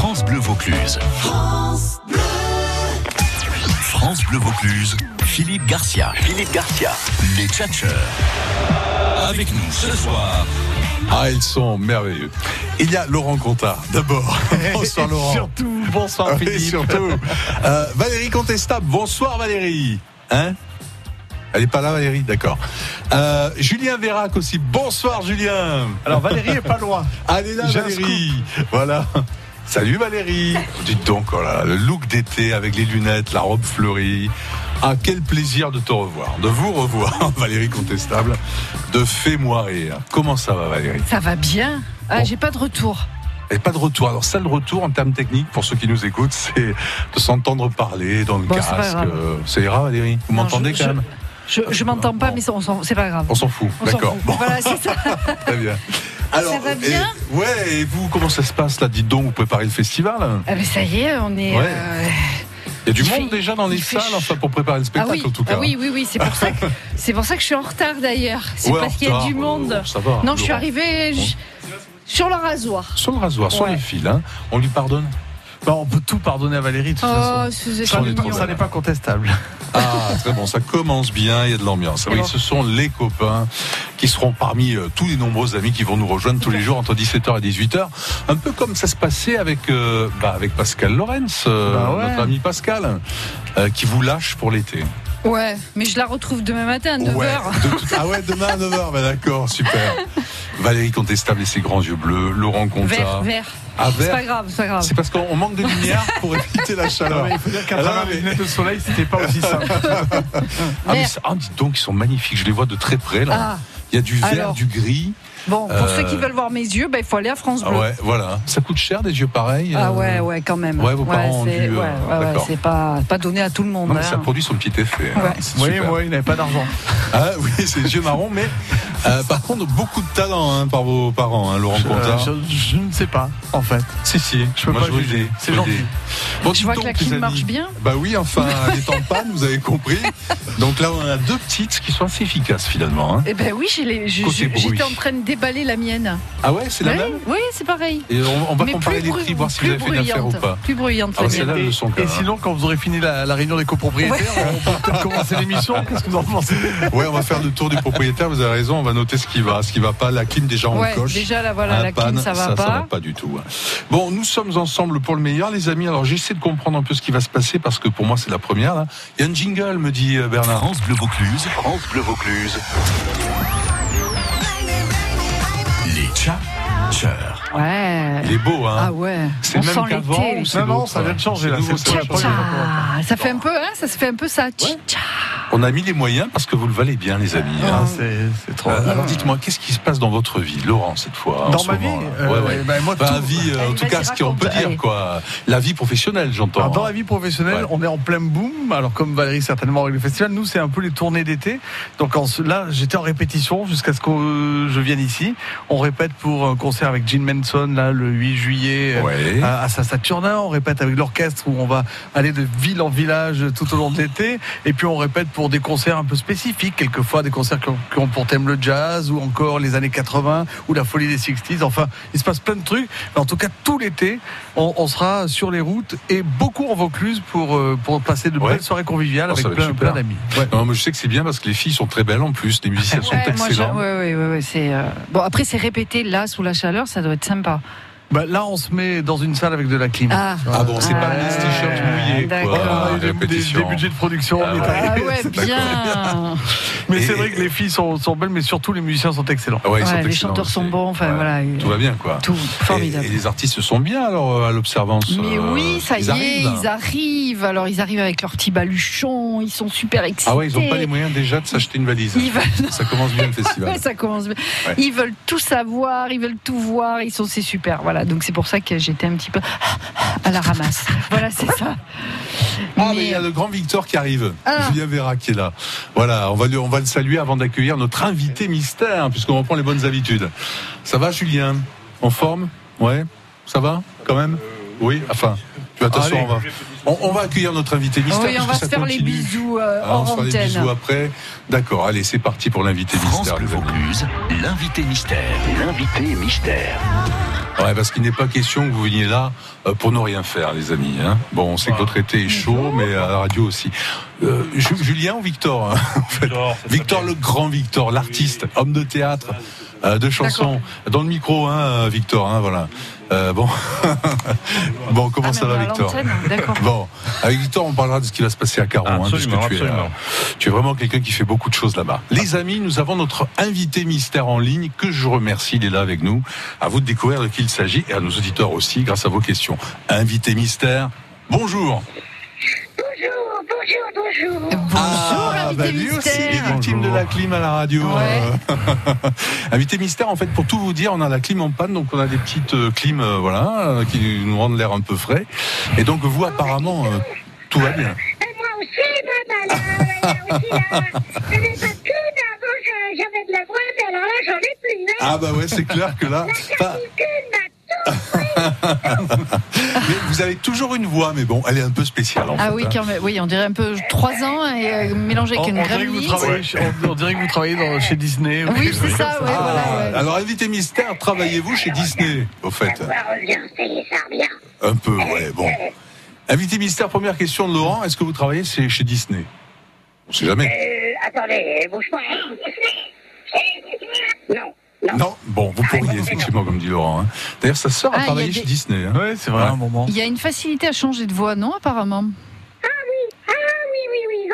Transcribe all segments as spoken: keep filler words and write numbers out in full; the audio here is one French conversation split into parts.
France Bleu Vaucluse. France Bleu. France Bleu Vaucluse, Philippe Garcia. Philippe Garcia. Les Tchatcheurs. Avec nous ce soir. Ah, ils sont merveilleux. Il y a Laurent Contard, d'abord. Bonsoir Laurent. Surtout, bonsoir Philippe. Oui, surtout. Euh, Valérie Contestable, bonsoir Valérie. Hein ? Elle n'est pas là Valérie, d'accord. Euh, Julien Vérac aussi, bonsoir Julien. Alors Valérie est pas loin. Elle est là J'ai Valérie. Voilà. Salut Valérie. Dites donc, oh là, le look d'été avec les lunettes, la robe fleurie. Ah, quel plaisir de te revoir, de vous revoir, Valérie Contestable, de Fais-moi rire. Comment ça va Valérie ? Ça va bien. Ah, bon. J'ai pas de retour. Et pas de retour. Alors ça, le retour en termes techniques, pour ceux qui nous écoutent, c'est de s'entendre parler dans le bon, casque. C'est ça ira Valérie ? Vous non, m'entendez je, quand même ? Je, je, je m'entends pas, bon. Mais on s'en, c'est pas grave. On s'en fout, on d'accord. S'en fout. Bon. Voilà, c'est ça. Très bien. Alors, ça va bien ? et, ouais, et vous, comment ça se passe là ? Dites donc, vous préparez le festival ? Ah ben ça y est, on est... Ouais. Euh... Il y a du il monde fait, déjà dans les salles, ch... enfin, pour préparer le spectacle, ah oui, en tout cas. Ah oui, oui, oui, c'est pour ça que, c'est pour ça que je suis en retard d'ailleurs. C'est ouais, parce qu'il y a du monde. Oh, ça va, non, Laurent. je suis arrivée je... sur le rasoir. Sur le rasoir, ouais. Sur les fils, hein. On lui pardonne ? Bah, on peut tout pardonner à Valérie, de toute oh, façon. C'est ça, n'est, ça n'est pas contestable. Ah, très bon, ça commence bien, il y a de l'ambiance. Oui, bon. Ce sont les copains qui seront parmi euh, tous les nombreux amis qui vont nous rejoindre tous les jours entre dix-sept heures et dix-huit heures. Un peu comme ça se passait avec, euh, bah, avec Pascal Lorenz, euh, bah ouais. notre ami Pascal, euh, qui vous lâche pour l'été. Ouais, mais je la retrouve demain matin à neuf heures. Ouais, de tout... Ah ouais, demain à neuf heures, bah d'accord, super. Valérie Contestable et ses grands yeux bleus, Laurent Contard. Vert, vert. Ah, c'est pas grave, c'est pas grave. C'est parce qu'on manque de lumière pour éviter la chaleur. Il faut dire qu'à travers les lunettes de soleil, c'était pas aussi simple. ah, mais ça, ah, dites donc, ils sont magnifiques. Je les vois de très près là. Ah. Il y a du vert, alors, du gris. Bon, pour euh... ceux qui veulent voir mes yeux, bah, il faut aller à France Bleu. Ah ouais, voilà. Ça coûte cher des yeux pareils. Ah ouais, ouais, quand même. Ouais, vos parents ont c'est, dû, ouais, euh, ouais, ouais, c'est pas, pas donné à tout le monde. Non, mais hein. Ça produit son petit effet. Ouais. Hein. Oui, moi, il n'avait pas d'argent. Ah oui, c'est les yeux marrons, mais euh, par contre, beaucoup de talent hein, par vos parents, hein, Laurent Contard. Je, je, je ne sais pas, en fait. Si, si. Je peux moi, pas je juger. C'est gentil. Bon, je vois donc, que la clim marche bien. Bah oui, enfin, elle est en panne, vous avez compris. Donc là, on a deux petites qui sont assez efficaces finalement. Hein. Eh ben oui, j'ai les, je, je, j'étais en train de déballer la mienne. Ah ouais, c'est la oui, même ? Oui, c'est pareil. Et on, on va mais comparer les bru- prix, voir si vous avez fait de l'affaire ou pas. Plus bruyante. Ah, c'est là le son. Et, et sinon, quand vous aurez fini la, la réunion des copropriétaires, ouais. on peut peut-être commencer l'émission. Qu'est-ce que vous en pensez ? Ouais, on va faire le tour du propriétaire. Vous avez raison. On va noter ce qui va, ce qui va pas. La clim déjà en ouais, coche. Déjà là, voilà, la panne, clim ça va ça, pas. Ça va pas du tout. Bon, nous sommes ensemble pour le meilleur, les amis. Alors j'essaie de comprendre un peu ce qui va se passer parce que pour moi c'est la première. Là. Il y a un jingle, me dit Bernard. France Bleu Vaucluse. France Bleu Vaucluse. Les Tchatcheurs. Ouais. Il est beau, hein. Ah ouais. C'est on même sent qu'avant l'été. ou c'est non, non, l'autre, ça vient de changer là. C'est c'est nouveau, c'est ah, ça fait un peu, hein, ça se fait un peu ça. Ouais. On a mis les moyens parce que vous le valez bien, les amis. Ah, hein. c'est, c'est trop. Euh, alors dites-moi, qu'est-ce qui se passe dans votre vie, Laurent, cette fois Dans en ma ce vie, moment, euh, ouais, ouais. Ben, moi, bah, tout... vie, euh, en tout cas, ce qu'on peut dire, allez. quoi. La vie professionnelle, j'entends. Alors, dans la vie professionnelle, ouais. on est en plein boom. Alors, comme Valérie certainement avec le festival, nous, c'est un peu les tournées d'été. Donc en, là, j'étais en répétition jusqu'à ce que euh, je vienne ici. On répète pour un concert avec Gene Manson, là, le huit juillet, ouais. à, à Saint-Saturnin. On répète avec l'orchestre où on va aller de ville en village tout au long de l'été. Et puis, on répète pour des concerts un peu spécifiques, quelquefois des concerts qui ont, qui ont pour thème le jazz ou encore les années quatre-vingts ou la folie des sixties. Enfin, il se passe plein de trucs. Mais en tout cas, tout l'été, on, on sera sur les routes et beaucoup en Vaucluse pour, euh, pour passer de ouais. belles soirées conviviales oh, avec plein, plein d'amis. Ouais. Non, mais je sais que c'est bien parce que les filles sont très belles en plus. Les musiciens sont ouais, excellents. Oui, oui, oui. C'est, euh... Bon, après, c'est répété là sous la chaleur, ça doit être sympa. Bah, là, on se met dans une salle avec de la clim. Ah, ah bon, c'est ah, pas les t-shirts mouillés. D'accord. Quoi, on a eu des, des, des budgets de production. Ah, mais ouais, ah ouais, bien. Mais et, c'est vrai que les filles sont, sont belles, mais surtout les musiciens sont excellents. Ah ouais, ils ouais, sont les excellents chanteurs aussi. sont bons. Enfin ouais. voilà. Tout va bien, quoi. Tout formidable. Et, et les artistes sont bien alors à l'Observance. Mais euh, oui, ça ils y est, arrivent. ils arrivent. Alors ils arrivent avec leurs petits baluchons. Ils sont super excités. Ah ouais, ils n'ont pas les moyens déjà de s'acheter une valise. Ils veulent... Ça commence bien le festival. Ouais, ça commence bien. Ouais. Ils veulent tout savoir, ils veulent tout voir. Ils sont, c'est super. Voilà. Donc c'est pour ça que j'étais un petit peu à la ramasse. Voilà, c'est ça. Ah, mais il y a le grand Victor qui arrive. Ah. Julien Vérac qui est là. Voilà, on va, le, on va le saluer avant d'accueillir notre invité mystère, puisqu'on reprend les bonnes habitudes. Ça va, Julien ? En forme ? Ouais ? Ça va, quand même ? Oui, enfin, tu Mais attention, Allez. on va, on, on va accueillir notre invité mystère. Oui, on va se faire les bisous euh, Ah, on hors se fera les antenne. bisous après. D'accord, allez, c'est parti pour l'invité France mystère. Bleu les amis. Vaucluse, l'invité mystère. L'invité mystère. Ouais, parce qu'il n'est pas question que vous veniez là euh, pour ne rien faire, les amis. Hein. Bon, on sait que votre été est chaud, mais à la radio aussi. Euh, Ju- Julien ou Victor hein, en fait. Victor, ça Victor, s'appelle. le grand Victor, l'artiste, homme de théâtre, euh, de chansons. Dans le micro, hein, Victor, hein, voilà. Euh, bon, bon, comment Ah, ça mais on va, est à Victor? l'antenne, d'accord. Bon, avec Victor, on parlera de ce qui va se passer à Caron. hein, Absolument, puisque tu, es, absolument. euh, tu es vraiment quelqu'un qui fait beaucoup de choses là-bas. Les amis, nous avons notre invité mystère en ligne, que je remercie, il est là avec nous. À vous de découvrir de qui il s'agit, et à nos auditeurs aussi, grâce à vos questions. Invité mystère, bonjour. Bonjour, bonjour, bonjour. Bonjour, Ah, invité bah lui aussi, il est mystère. victime de la clim à la radio. Ouais. Euh, Invité mystère, en fait, pour tout vous dire, on a la clim en panne, donc on a des petites euh, clims, euh, voilà, euh, qui nous rendent l'air un peu frais. Et donc vous, apparemment, euh, tout va bien. Et moi aussi, maman, là, là aussi, là. Je n'ai pas de cune, avant, je- j'avais de la voix, mais alors là, j'en ai plus. Hein. Ah bah ouais, c'est clair que là. La enfin, canicule m'a tout pris. mais vous avez toujours une voix, mais bon, elle est un peu spéciale. En Ah fait, oui, hein. quand même, oui, on dirait un peu trois ans et euh, mélangé On, avec on une dirait que vous grammy. travaillez, chez- on, on dirait que vous travaillez dans- chez Disney. Oui, c'est ça, ouais, Ah, voilà, ouais. alors invité mystère, travaillez-vous chez Disney, au fait? Ça revient, ça y est, ça revient. Un peu, ouais, bon. Invité mystère, première question de Laurent, est-ce que vous travaillez chez, chez Disney? On sait jamais. Euh, attendez, bouge pas. Non, non. Non, bon, vous pourriez, effectivement, comme dit Laurent. hein. D'ailleurs, sa sœur a Ah, il y a travaillé des- chez Disney. Hein. Ouais, c'est vrai, Ouais. un moment. Il y a une facilité à changer de voix, non, apparemment? Ah oui, oui, oui.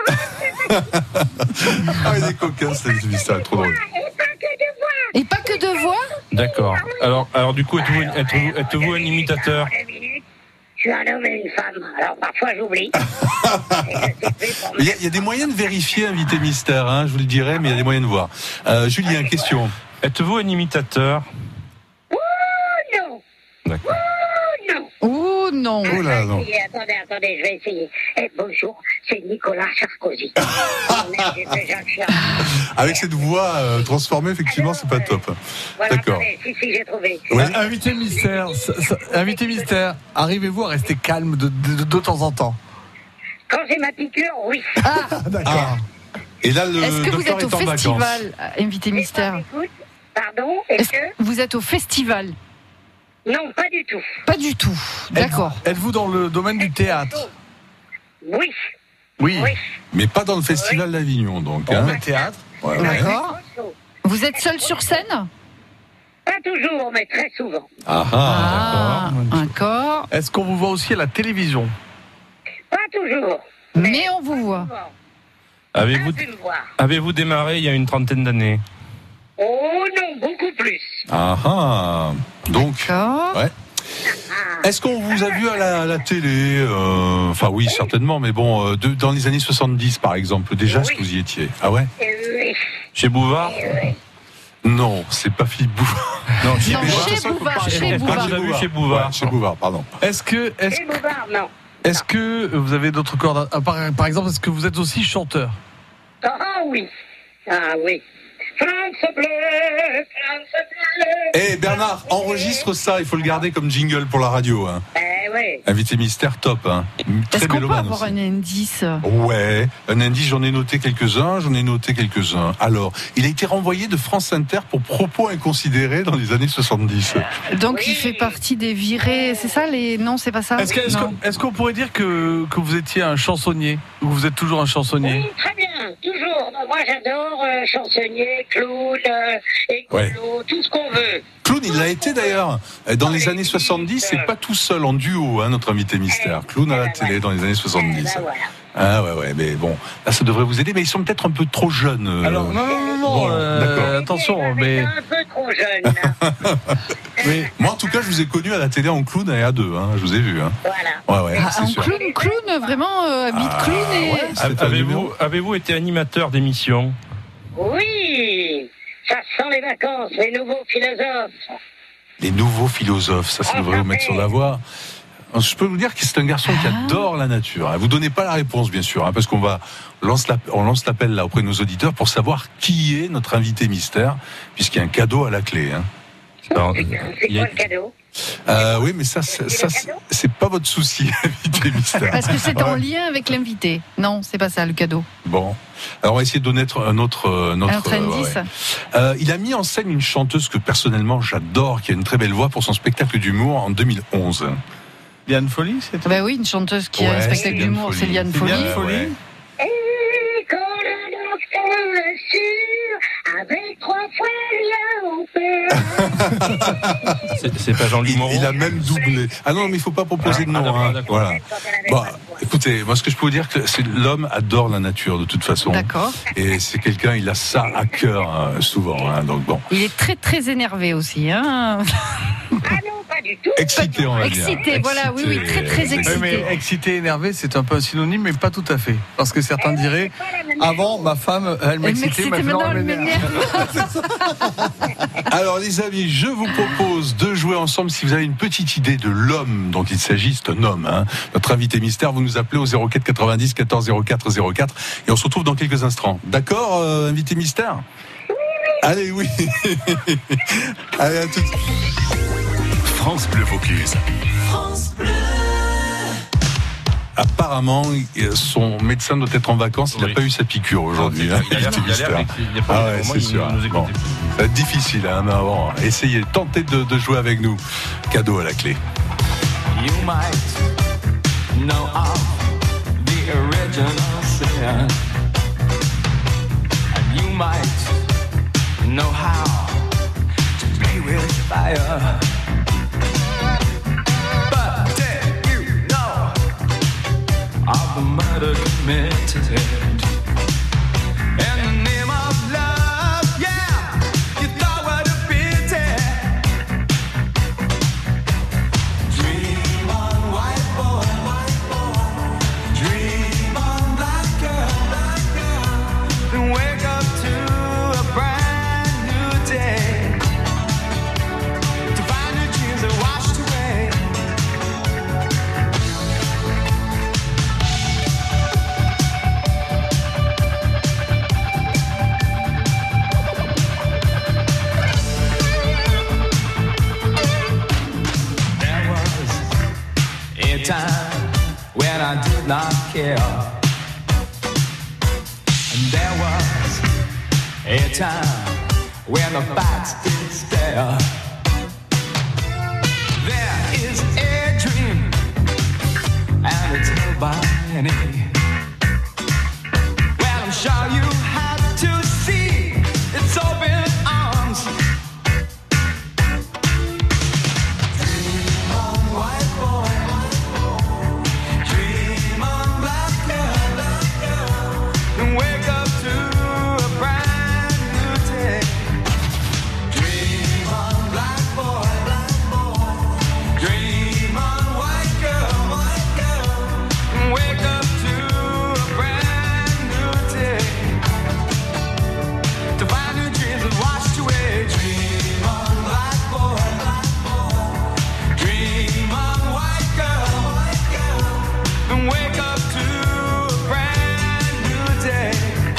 Ah, il est coquin, c'est mystère, trop drôle. Et pas que de voix. Et pas que de voix? D'accord. Alors, alors du coup, êtes-vous, êtes-vous, êtes-vous un imitateur? Deux minutes. Je suis un homme et une femme, alors parfois j'oublie. Et je sais plus pour Il y, a, il y a des moyens de vérifier, invité mystère, hein, je vous le dirai, mais il y a des moyens de voir. Euh, Julien, question. Êtes-vous un imitateur? Oh non, D'accord. oh non. Oh non. Oh là, non. Essayez, attendez, attendez, je vais essayer. Eh, bonjour, c'est Nicolas Sarkozy. Merde, j'ai fait Jacques Chirac. Avec cette voix euh, transformée, effectivement, c'est pas top. Voilà, D'accord. attendez, si, si, j'ai trouvé. Ouais. Euh, Invité mystère, ça- ça- invité mystère, arrivez-vous à rester calme de, de, de temps en temps? Quand j'ai ma piqûre, oui. D'accord. Et là, le Est-ce que vous docteur êtes au est en vacances. festival, euh, invité mystère? Écoute, pardon, est-ce Est-ce que... que vous êtes au festival? Non, pas du tout. Pas du tout. D'accord. Êtes- Êtes-vous dans le domaine du théâtre? Oui, Oui. oui. Mais pas dans le festival d'Avignon, donc. Hein. Dans le théâtre. Ouais, ouais. D'accord. Vous êtes seul sur scène? Pas toujours, mais très souvent. Ah, ah, Ah, d'accord. Est-ce qu'on vous voit aussi à la télévision? Pas toujours. Mais on vous voit. Souvent. Avez-vous, Ah, tu me vois. avez-vous démarré il y a une trentaine d'années? Oh non, beaucoup plus. ah, ah. Donc, D'accord. ouais. Est-ce qu'on vous a vu à la, à la télé euh, Enfin oui, certainement, mais bon, euh, de- dans les années soixante-dix, par exemple, déjà, est-ce que vous y étiez? Ah ouais? Euh, oui, Chez Bouvard? oui. Non, c'est pas Philippe Bouvard. Non, Non, chez chez Bouvard. Bouvard, chez Est-ce que Bouvard. vous avez vu chez Bouvard? Ouais, chez Bouvard, pardon. Est-ce que, est-ce, Et Bouvard, non. est-ce que vous avez d'autres cordes à- par, par exemple, est-ce que vous êtes aussi chanteur? Ah oui. Ah oui. France bleue, France bleue. Eh Bernard, enregistre ça, il faut le garder comme jingle pour la radio. Hein. Eh oui. Invité mystère, top. Hein. Très Est-ce qu'on peut mélomane avoir aussi. un indice? Ouais, un indice, j'en ai noté quelques-uns, j'en ai noté quelques-uns. Alors, il a été renvoyé de France Inter pour propos inconsidérés dans les années soixante-dix. Donc Oui. il fait partie des virés, c'est ça les... Non, c'est pas ça. Est-ce, que- est-ce Non. que- est-ce qu'on pourrait dire que, que vous étiez un chansonnier? Ou vous êtes toujours un chansonnier? Oui, très bien, toujours. Moi, j'adore euh, chansonnier, clown, euh, écolo, Ouais. tout ce qu'on veut. Clown, il l'a été d'ailleurs. Dans les années soixante-dix, c'est pas tout seul, en duo, hein, notre invité mystère. Clown à la télé dans les années Eh soixante-dix. ben voilà. Ah ouais, ouais, mais bon, là, ça devrait vous aider, mais ils sont peut-être un peu trop jeunes. euh. Alors, non, non, non, non, Bon, euh, d'accord. attention, mais, un peu trop jeune. hein. mais Moi, en tout cas, je vous ai connu à la télé en clown et à deux, hein, je vous ai vu. Hein. Voilà. Ouais, ouais, Ah, c'est en sûr. clown, clown, vraiment, euh, habite Ah, clown et... ouais. C'est un Avez-vous, numéro. avez-vous été animateur d'émission? Oui, ça sent les vacances, les nouveaux philosophes. Les nouveaux philosophes, ça, ça devrait vous mettre sur la voie. Je peux vous dire que c'est un garçon qui adore la nature. Vous donnez pas la réponse, bien sûr, hein, parce qu'on va lance la, on lance l'appel là auprès de nos auditeurs pour savoir qui est notre invité mystère, puisqu'il y a un cadeau à la clé. Hein. Alors, C'est il y a- quoi le cadeau? Euh, oui, mais ça, c'est- ça, c'est- c'est pas votre souci, invité mystère. Parce que c'est en Ouais. lien avec l'invité. Non, c'est pas ça le cadeau. Bon, alors on va essayer de donner un autre, euh, notre, Un autre euh, indice. ouais. Euh, il a mis en scène une chanteuse que personnellement j'adore, qui a une très belle voix pour son spectacle d'humour en deux mille onze. Liane Folly, c'est Ben oui, une chanteuse qui a un Ouais, spectacle c'est Liane d'humour, c'est Folly. Liane C'est Folly. Liane Ouais, Folly. ouais. Et quand le docteur assure, avec trois fois rien au père. c'est, c'est pas Jean-Luc Il, Moreau. il a même doublé. Ah non, mais il faut pas proposer de Ah, nom. d'accord, hein. d'accord. Voilà. Bon, écoutez, moi ce que je peux vous dire, que c'est l'homme adore la nature de toute façon. D'accord. Et c'est quelqu'un, il a ça à cœur hein, souvent. Hein, donc bon, Il est très très énervé aussi. Hein. Ah non, pas du tout. excité, on va dire. Excité, voilà, oui, oui, très, très Excité. excité. Oui, mais excité, énervé, c'est un peu un synonyme, mais pas tout à fait. Parce que certains diraient, avant, ma femme, elle Elle m'excitait, m'excitait, maintenant, maintenant elle elle m'énerve. m'énerve. Alors les amis, je vous propose de jouer ensemble. Si vous avez une petite idée de l'homme dont il s'agit, c'est un homme. Hein. Notre invité mystère, vous nous appelez au zéro quatre quatre-vingt-dix quatorze zéro quatre zéro quatre et on se retrouve dans quelques instants. D'accord, euh, invité mystère? Allez, oui. Allez, à tout de suite. France Bleu Vaucluse. Apparemment, son médecin doit être en vacances. Il n'a Oui. pas eu sa piqûre aujourd'hui. Il a hein, l'air, invité il a l'air, mystère. mais il y a pas Ah longtemps, ouais, moi, c'est il sûr. nous écoutait Bon. plus. Ça va être difficile, hein, mais bon, essayez, tentez de, de jouer avec nous. Cadeau à la clé. You might know of the original sin, and you might know how to play with fire. But did you know of the murder committed in the name of love? Yeah, you thought what a pity. Dream on, white boy, white boy. Dream on, black girl, black girl. And wake up to a brand new day. To find your dreams are washed away. There was a time when I did not care, and there was a time when the facts did stare. There is a dream, and it's held by many. Well, I'm sure you have to see its open arms. Dream on, white boy, white boy. Dream on, black girl, black girl. And wake up to a brand new day. Dream on, black boy, black boy. Dream on, white girl, white girl. And wake up to a brand new day. To find your dreams have washed away. Dream on, black boy, black boy. Dream on, white girl, white girl. And wake up to a brand new day.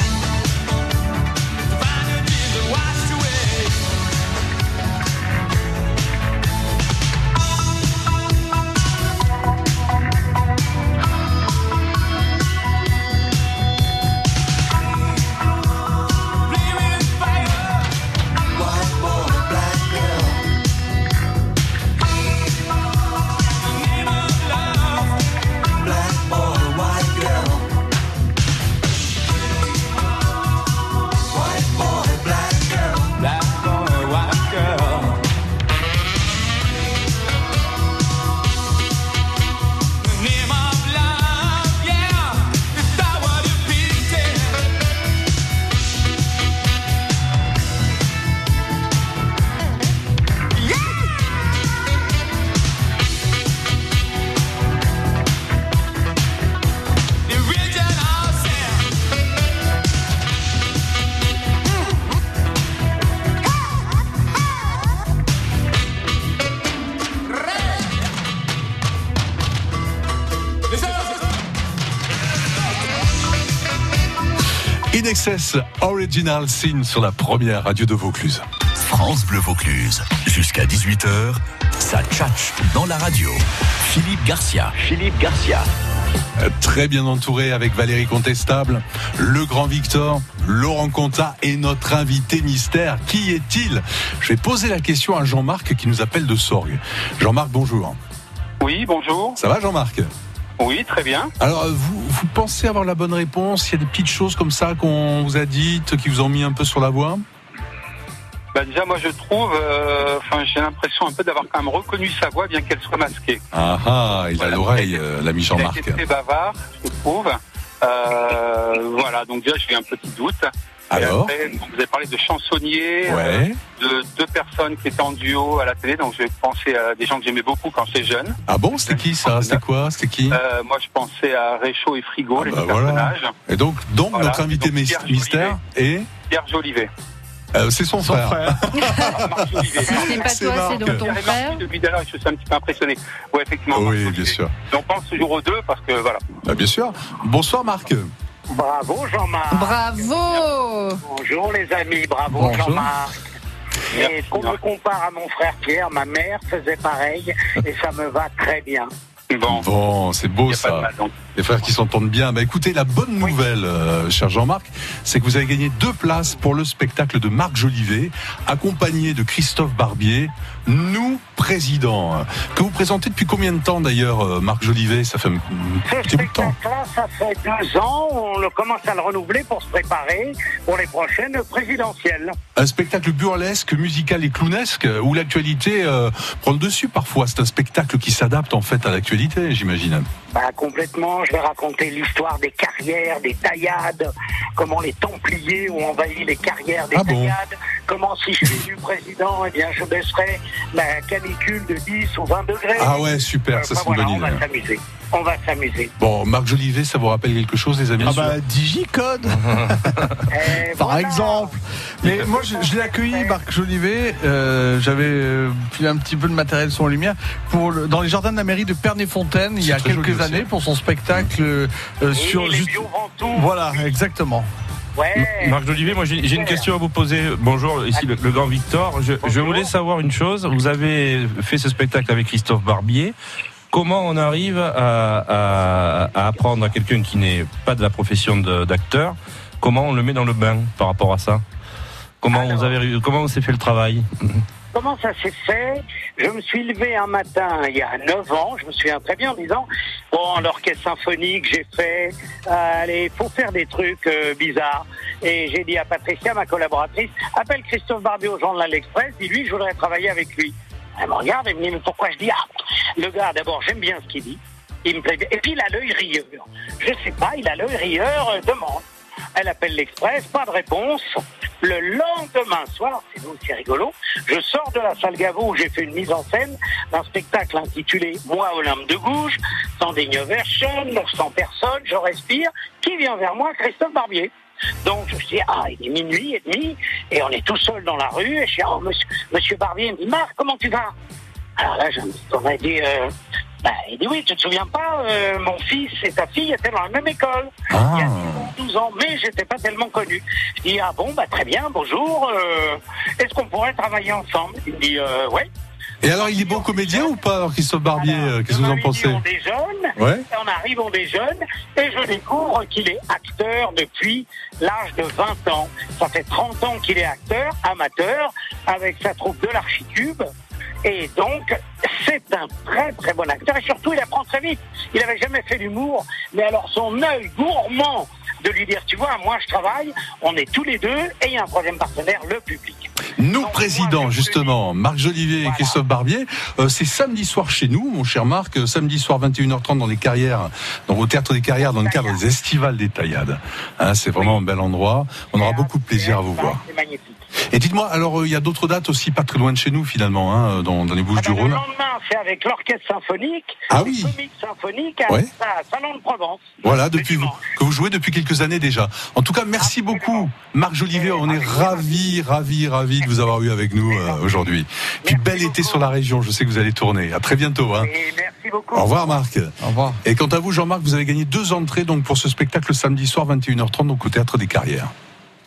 To find your dreams have washed away. Flaming fire. White boy, black girl. The name of love. Black boy, white girl. White boy, black girl. Black boy, white girl. The name of love, yeah. If that were to be dead. The original sound. In Excess Original Sin sur la première radio de Vaucluse. France Bleu Vaucluse. Jusqu'à dix-huit heures, ça tchatche dans la radio. Philippe Garcia. Philippe Garcia. Très bien entouré avec Valérie Contestable, le grand Victor, Laurent Contat et notre invité mystère. Qui est-il ? Je vais poser la question à Jean-Marc qui nous appelle de Sorgues. Jean-Marc, bonjour. Oui, bonjour. Ça va Jean-Marc ? Oui, très bien. Alors, vous, vous pensez avoir la bonne réponse ? Il y a des petites choses comme ça qu'on vous a dites, qui vous ont mis un peu sur la voie ? Bah déjà, moi, je trouve, euh, enfin, j'ai l'impression un peu d'avoir quand même reconnu sa voix, bien qu'elle soit masquée. Ah ah, il Voilà. a l'oreille, euh, l'ami Jean-Marc. Il a été très bavard, je trouve. Euh, voilà, donc déjà, j'ai eu un petit doute. Alors ? Et après, vous avez parlé de chansonniers, Ouais. euh, de deux personnes qui étaient en duo à la télé, donc je pensais à des gens que j'aimais beaucoup quand j'étais jeune. Ah bon, c'était qui ça ? C'était quoi ? C'était qui ? Euh, moi, je pensais à Réchaud et Frigo, Ah les bah deux voilà. personnages. Et donc, donc Voilà. notre invité Donc, mis- Pierre mystère est Pierre Jolivet. euh, c'est son, Son frère. frère. Ah, Marc Jolivet. C'est pas C'est toi, Marc. c'est donc ton Pierre et frère. Marc, depuis tout à l'heure, je suis un petit peu impressionné. Oui, effectivement. Marc Oui, Jolivet. bien sûr. On pense toujours aux deux parce que voilà. Ah, bien sûr. Bonsoir Marc. Bravo Jean-Marc. Bravo. Bonjour les amis, bravo Bonjour. Jean-Marc. Et Merci, qu'on me Marc. compare à mon frère Pierre, ma mère faisait pareil et ça me va très bien. Bon, Bon, c'est beau il n'y a pas de ça. mal. Donc, Les frères qui s'entendent bien. Bah écoutez, la bonne nouvelle, euh, cher Jean-Marc, c'est que vous avez gagné deux places pour le spectacle de Marc Jolivet, accompagné de Christophe Barbier, Nous Président, que vous présentez depuis combien de temps d'ailleurs, euh, Marc Jolivet ? Ça fait un Ce petit bout de temps. spectacle-là, ça fait deux ans, on le commence à le renouveler pour se préparer pour les prochaines présidentielles. Un spectacle burlesque, musical et clownesque, où l'actualité euh, prend le dessus parfois. C'est un spectacle qui s'adapte en fait à l'actualité, j'imagine. Bah, complètement, je vais raconter l'histoire des carrières, des taillades, comment les Templiers ont envahi les carrières des Ah bon taillades, comment si je suis élu président, eh bien je baisserai la canicule de dix ou vingt degrés. Ah ouais, super, Euh, ça bah c'est une voilà, bonne on va idée. s'amuser. On va s'amuser. Bon, Marc Jolivet, ça vous rappelle quelque chose, les amis ? Ah bah Digicode Et par voilà. exemple. Mais moi je, je l'ai accueilli Marc Jolivet, euh, j'avais euh, filé un petit peu de matériel son lumière pour le, dans les jardins de la mairie de Pernay-Fontaine il y a C'est très quelques joli aussi. années pour son spectacle euh, Oui, sur les juste- bio Ventoux. Voilà, exactement. Ouais. Marc Jolivet, moi j'ai j'ai une question à vous poser. Bonjour, ici le, le grand Victor. Je, je Bonjour. voulais savoir une chose. Vous avez fait ce spectacle avec Christophe Barbier. Comment on arrive à, à, à apprendre à quelqu'un qui n'est pas de la profession de- d'acteur, comment on le met dans le bain par rapport à ça ? Comment Alors. vous avez, comment s'est fait le travail ? Comment ça s'est fait ? Je me suis levé un matin il y a neuf ans, je me souviens très bien en disant bon, l'orchestre symphonique, j'ai fait, euh, allez, faut faire des trucs euh, bizarres. Et j'ai dit à Patricia, ma collaboratrice, appelle Christophe Barbier au Journal de l'Express, dis-lui, je voudrais travailler avec lui. Elle me regarde et me dit mais pourquoi ? Je dis ah, le gars, d'abord, j'aime bien ce qu'il dit, il me plaît bien. Et puis il a l'œil rieur. Je sais pas, il a l'œil rieur, euh, demande. Elle appelle l'Express, pas de réponse. Le lendemain soir, c'est donc c'est rigolo, je sors de la salle Gaveau où j'ai fait une mise en scène d'un spectacle intitulé Moi Olympe de Gouges, Standing Ovation, neuf cents personnes, je respire, qui vient vers moi, Christophe Barbier. Donc je me suis dit, ah, il est minuit et demi, et on est tout seul dans la rue, et je dis, oh, monsieur, monsieur Barbier, il me dit, Marc, comment tu vas ? Alors là, je me dis, on m'a dit, euh, bah, il dit, oui, tu te souviens pas, euh, mon fils et ta fille étaient dans la même école. Ah. Il y a douze ans, mais j'étais pas tellement connu. Je dis, ah bon, bah très bien, bonjour, euh, est-ce qu'on pourrait travailler ensemble ? Il me dit, euh, ouais. Et alors, il est bon comédien ou pas, alors, Christophe Barbier ? Alors, euh, Qu'est-ce que vous en on pensez ? On déjeune, Ouais. on arrive, on déjeune, et je découvre qu'il est acteur depuis l'âge de vingt ans. Ça fait trente ans qu'il est acteur, amateur, avec sa troupe de l'Archicube. Et donc, c'est un très très bon acteur, et surtout, il apprend très vite. Il n'avait jamais fait d'humour, mais alors son œil gourmand de lui dire, tu vois, moi je travaille, on est tous les deux, et il y a un troisième partenaire, le public. Nous, Donc, président, moi, je justement, Marc Jolivet et Voilà. Christophe Barbier, euh, c'est samedi soir chez nous, mon cher Marc, euh, samedi soir vingt et une heures trente dans les carrières, dans au théâtre des carrières, dans le cadre des estivales des Taillades. Hein, c'est vraiment un bel endroit. On aura beaucoup de plaisir à vous voir. C'est magnifique. Et dites-moi, alors, euh, il y a d'autres dates aussi pas très loin de chez nous, finalement, hein, dans, dans les Ah ben, le Bouches-du-Rhône. lendemain, c'est avec l'orchestre symphonique, Ah les oui. comiques symphoniques à, Ouais. à Salon de Provence. Voilà, Le depuis dimanche. que vous jouez depuis quelques années déjà. En tout cas, merci Absolument. beaucoup, Marc Jolivet. On est ravis, ravis, ravis de vous avoir eu avec nous euh, aujourd'hui. Puis Merci bel été beaucoup. sur la région. Je sais que vous allez tourner. À très bientôt. Hein. Et merci beaucoup. Au revoir, Marc. Au revoir. Et quant à vous, Jean-Marc, vous avez gagné deux entrées donc pour ce spectacle samedi soir vingt et une heures trente donc au théâtre des Carrières.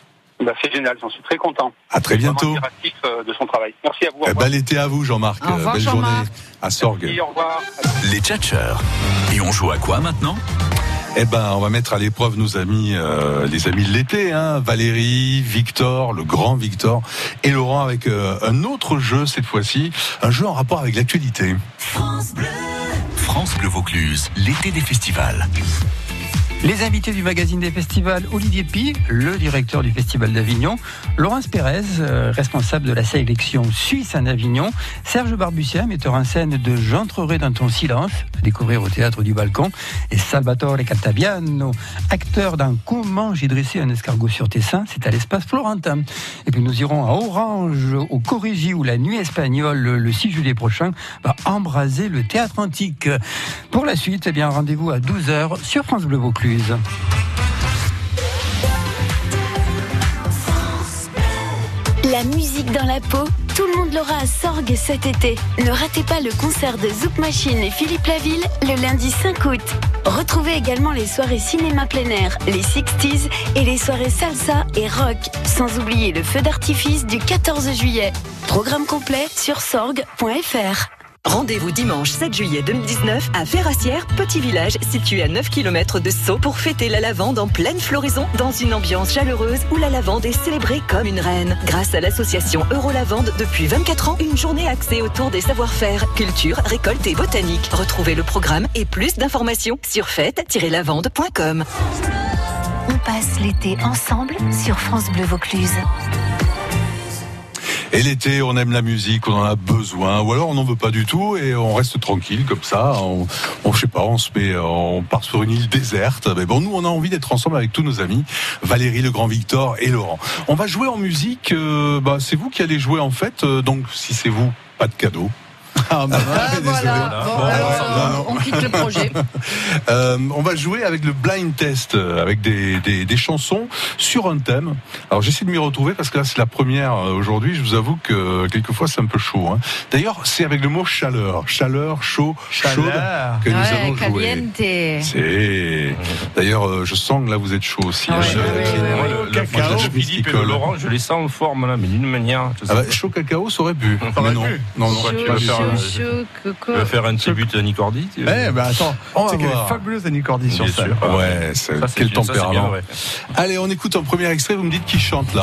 Bah, c'est génial, j'en suis très content. À très bientôt. Vraiment admiratif euh, de son travail. Merci à vous. Au Eh revoir. ben, l'été à vous, Jean-Marc. Au revoir, Belle Jean-Marc. journée à Sorgues. Merci, au revoir. Les tchatcheurs. Et on joue à quoi maintenant? Eh ben, on va mettre à l'épreuve nos amis, euh, les amis de l'été, hein. Valérie, Victor, le grand Victor, et Laurent avec euh, un autre jeu cette fois-ci, un jeu en rapport avec l'actualité. France Bleu. France Bleu Vaucluse, l'été des festivals. Les invités du magazine des festivals, Olivier Pi, le directeur du Festival d'Avignon, Laurence Pérez, euh, responsable de la sélection suisse en Avignon, Serge Barbutia, metteur en scène de J'entrerai dans ton silence, à découvrir au Théâtre du Balcon, et Salvatore Cattabiano, acteur dans Comment j'ai dressé un escargot sur tes seins, c'est à l'espace Florentin. Et puis nous irons à Orange, au Corrigi, où la nuit espagnole, le six juillet prochain, va embraser le théâtre antique. Pour la suite, eh bien, rendez-vous à douze heures sur France Bleu Vaucluse. La musique dans la peau, tout le monde l'aura à Sorgues cet été. Ne ratez pas le concert de Zouk Machine et Philippe Laville le lundi cinq août. Retrouvez également les soirées cinéma plein air, les sixties et les soirées salsa et rock. Sans oublier le feu d'artifice du quatorze juillet. Programme complet sur sorgues point f r. Rendez-vous dimanche sept juillet deux mille dix-neuf à Ferrassière, petit village situé à neuf kilomètres de Sceaux pour fêter la lavande en pleine floraison dans une ambiance chaleureuse où la lavande est célébrée comme une reine. Grâce à l'association Eurolavande, depuis vingt-quatre ans, une journée axée autour des savoir-faire, culture, récolte et botanique. Retrouvez le programme et plus d'informations sur fête tiret lavande point com. On passe l'été ensemble sur France Bleu Vaucluse. Et l'été, on aime la musique, on en a besoin, ou alors on n'en veut pas du tout et on reste tranquille comme ça. On, on je sais pas, on se met, on part sur une île déserte. Mais bon, nous, on a envie d'être ensemble avec tous nos amis, Valérie, le grand Victor et Laurent. On va jouer en musique. Euh, bah, c'est vous qui allez jouer en fait. Euh, donc, si c'est vous, pas de cadeau. Ah, bah, Ah, voilà. Bon, Bon, alors, non, non. on quitte le projet. Euh, on va jouer avec le blind test, euh, avec des, des, des chansons sur un thème. Alors j'essaie de m'y retrouver parce que là c'est la première euh, aujourd'hui. Je vous avoue que euh, quelquefois c'est un peu chaud. Hein. D'ailleurs c'est avec le mot chaleur, chaleur, chaud, chaude Chaleur. que nous Ouais, allons jouer. caliente. C'est. D'ailleurs euh, je sens que là vous êtes chaud aussi. Ah hein. ouais, Je- ouais, ouais, Moi, ouais. le, le, Cacao, moi, le Philippe et le colle. Laurent, je les sens en forme là, mais d'une manière. Je sais Ah bah, pas. chaud cacao, ça aurait pu. aurait Mais non, pu. non, non, Pourquoi tu pas vas du faire tout. un- Chaud, chaud, coco. Tu veux faire un tribut à Nicordi tu- Eh ben attends, On tu sais va qu'elle voir. est fabuleuse Annie Cordy sur Bien scène. sûr. Ouais, c'est- Ça, c'est quel bien, ça, c'est tempérament. bien, ouais. Allez, on écoute un premier extrait. Vous me dites qui chante là.